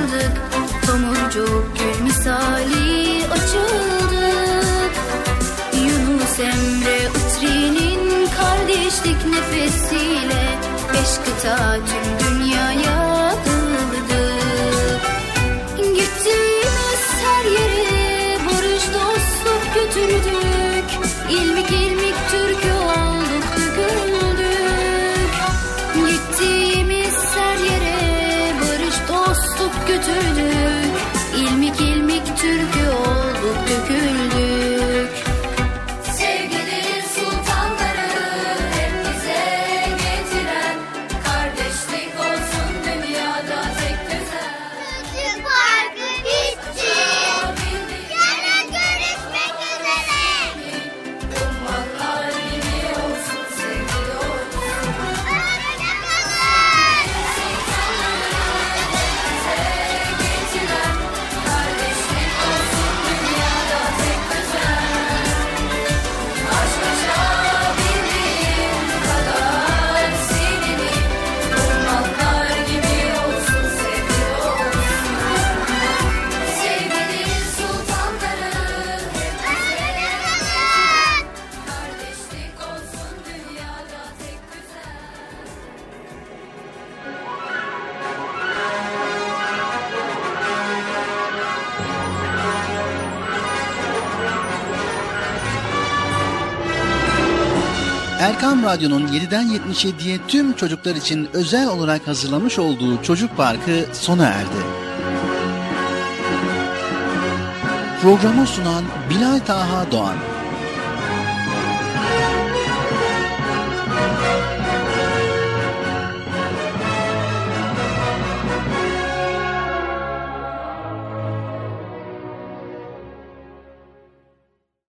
M: açıldık. Tomurcuk gül misali açıldık. Yunus Emre Itri'nin kardeşlik nefesiyle beş kıta tüm dünyaya dağıldık. Gittiğimiz her yere barış dostluk götürdük. İlmik ilmik türkü olduk, döküldük. Gittiğimiz her yere barış dostluk götürdük. İlmik ilmik türkü olduk, döküldük.
G: Sevgili sultanları hep bize getiren, kardeşlik olsun dünyada tek güzel.
J: Çocuk Parkı bitti. Yarın görüşmek üzere.
G: Ummanlar gibi olsun, sevgili olsun. Kardeşlik olsun dünyada tek güzel. Aşk açabildiğim kadar seninle. Ummanlar gibi olsun, sevgili olsun. Sevgili sultanları hep bize getiren, kardeşlik olsun dünyada tek güzel.
A: Erkam Radyo'nun yediden yetmiş yediye tüm çocuklar için özel olarak hazırlamış olduğu Çocuk Parkı sona erdi. Programı sunan Bilal Taha Doğan.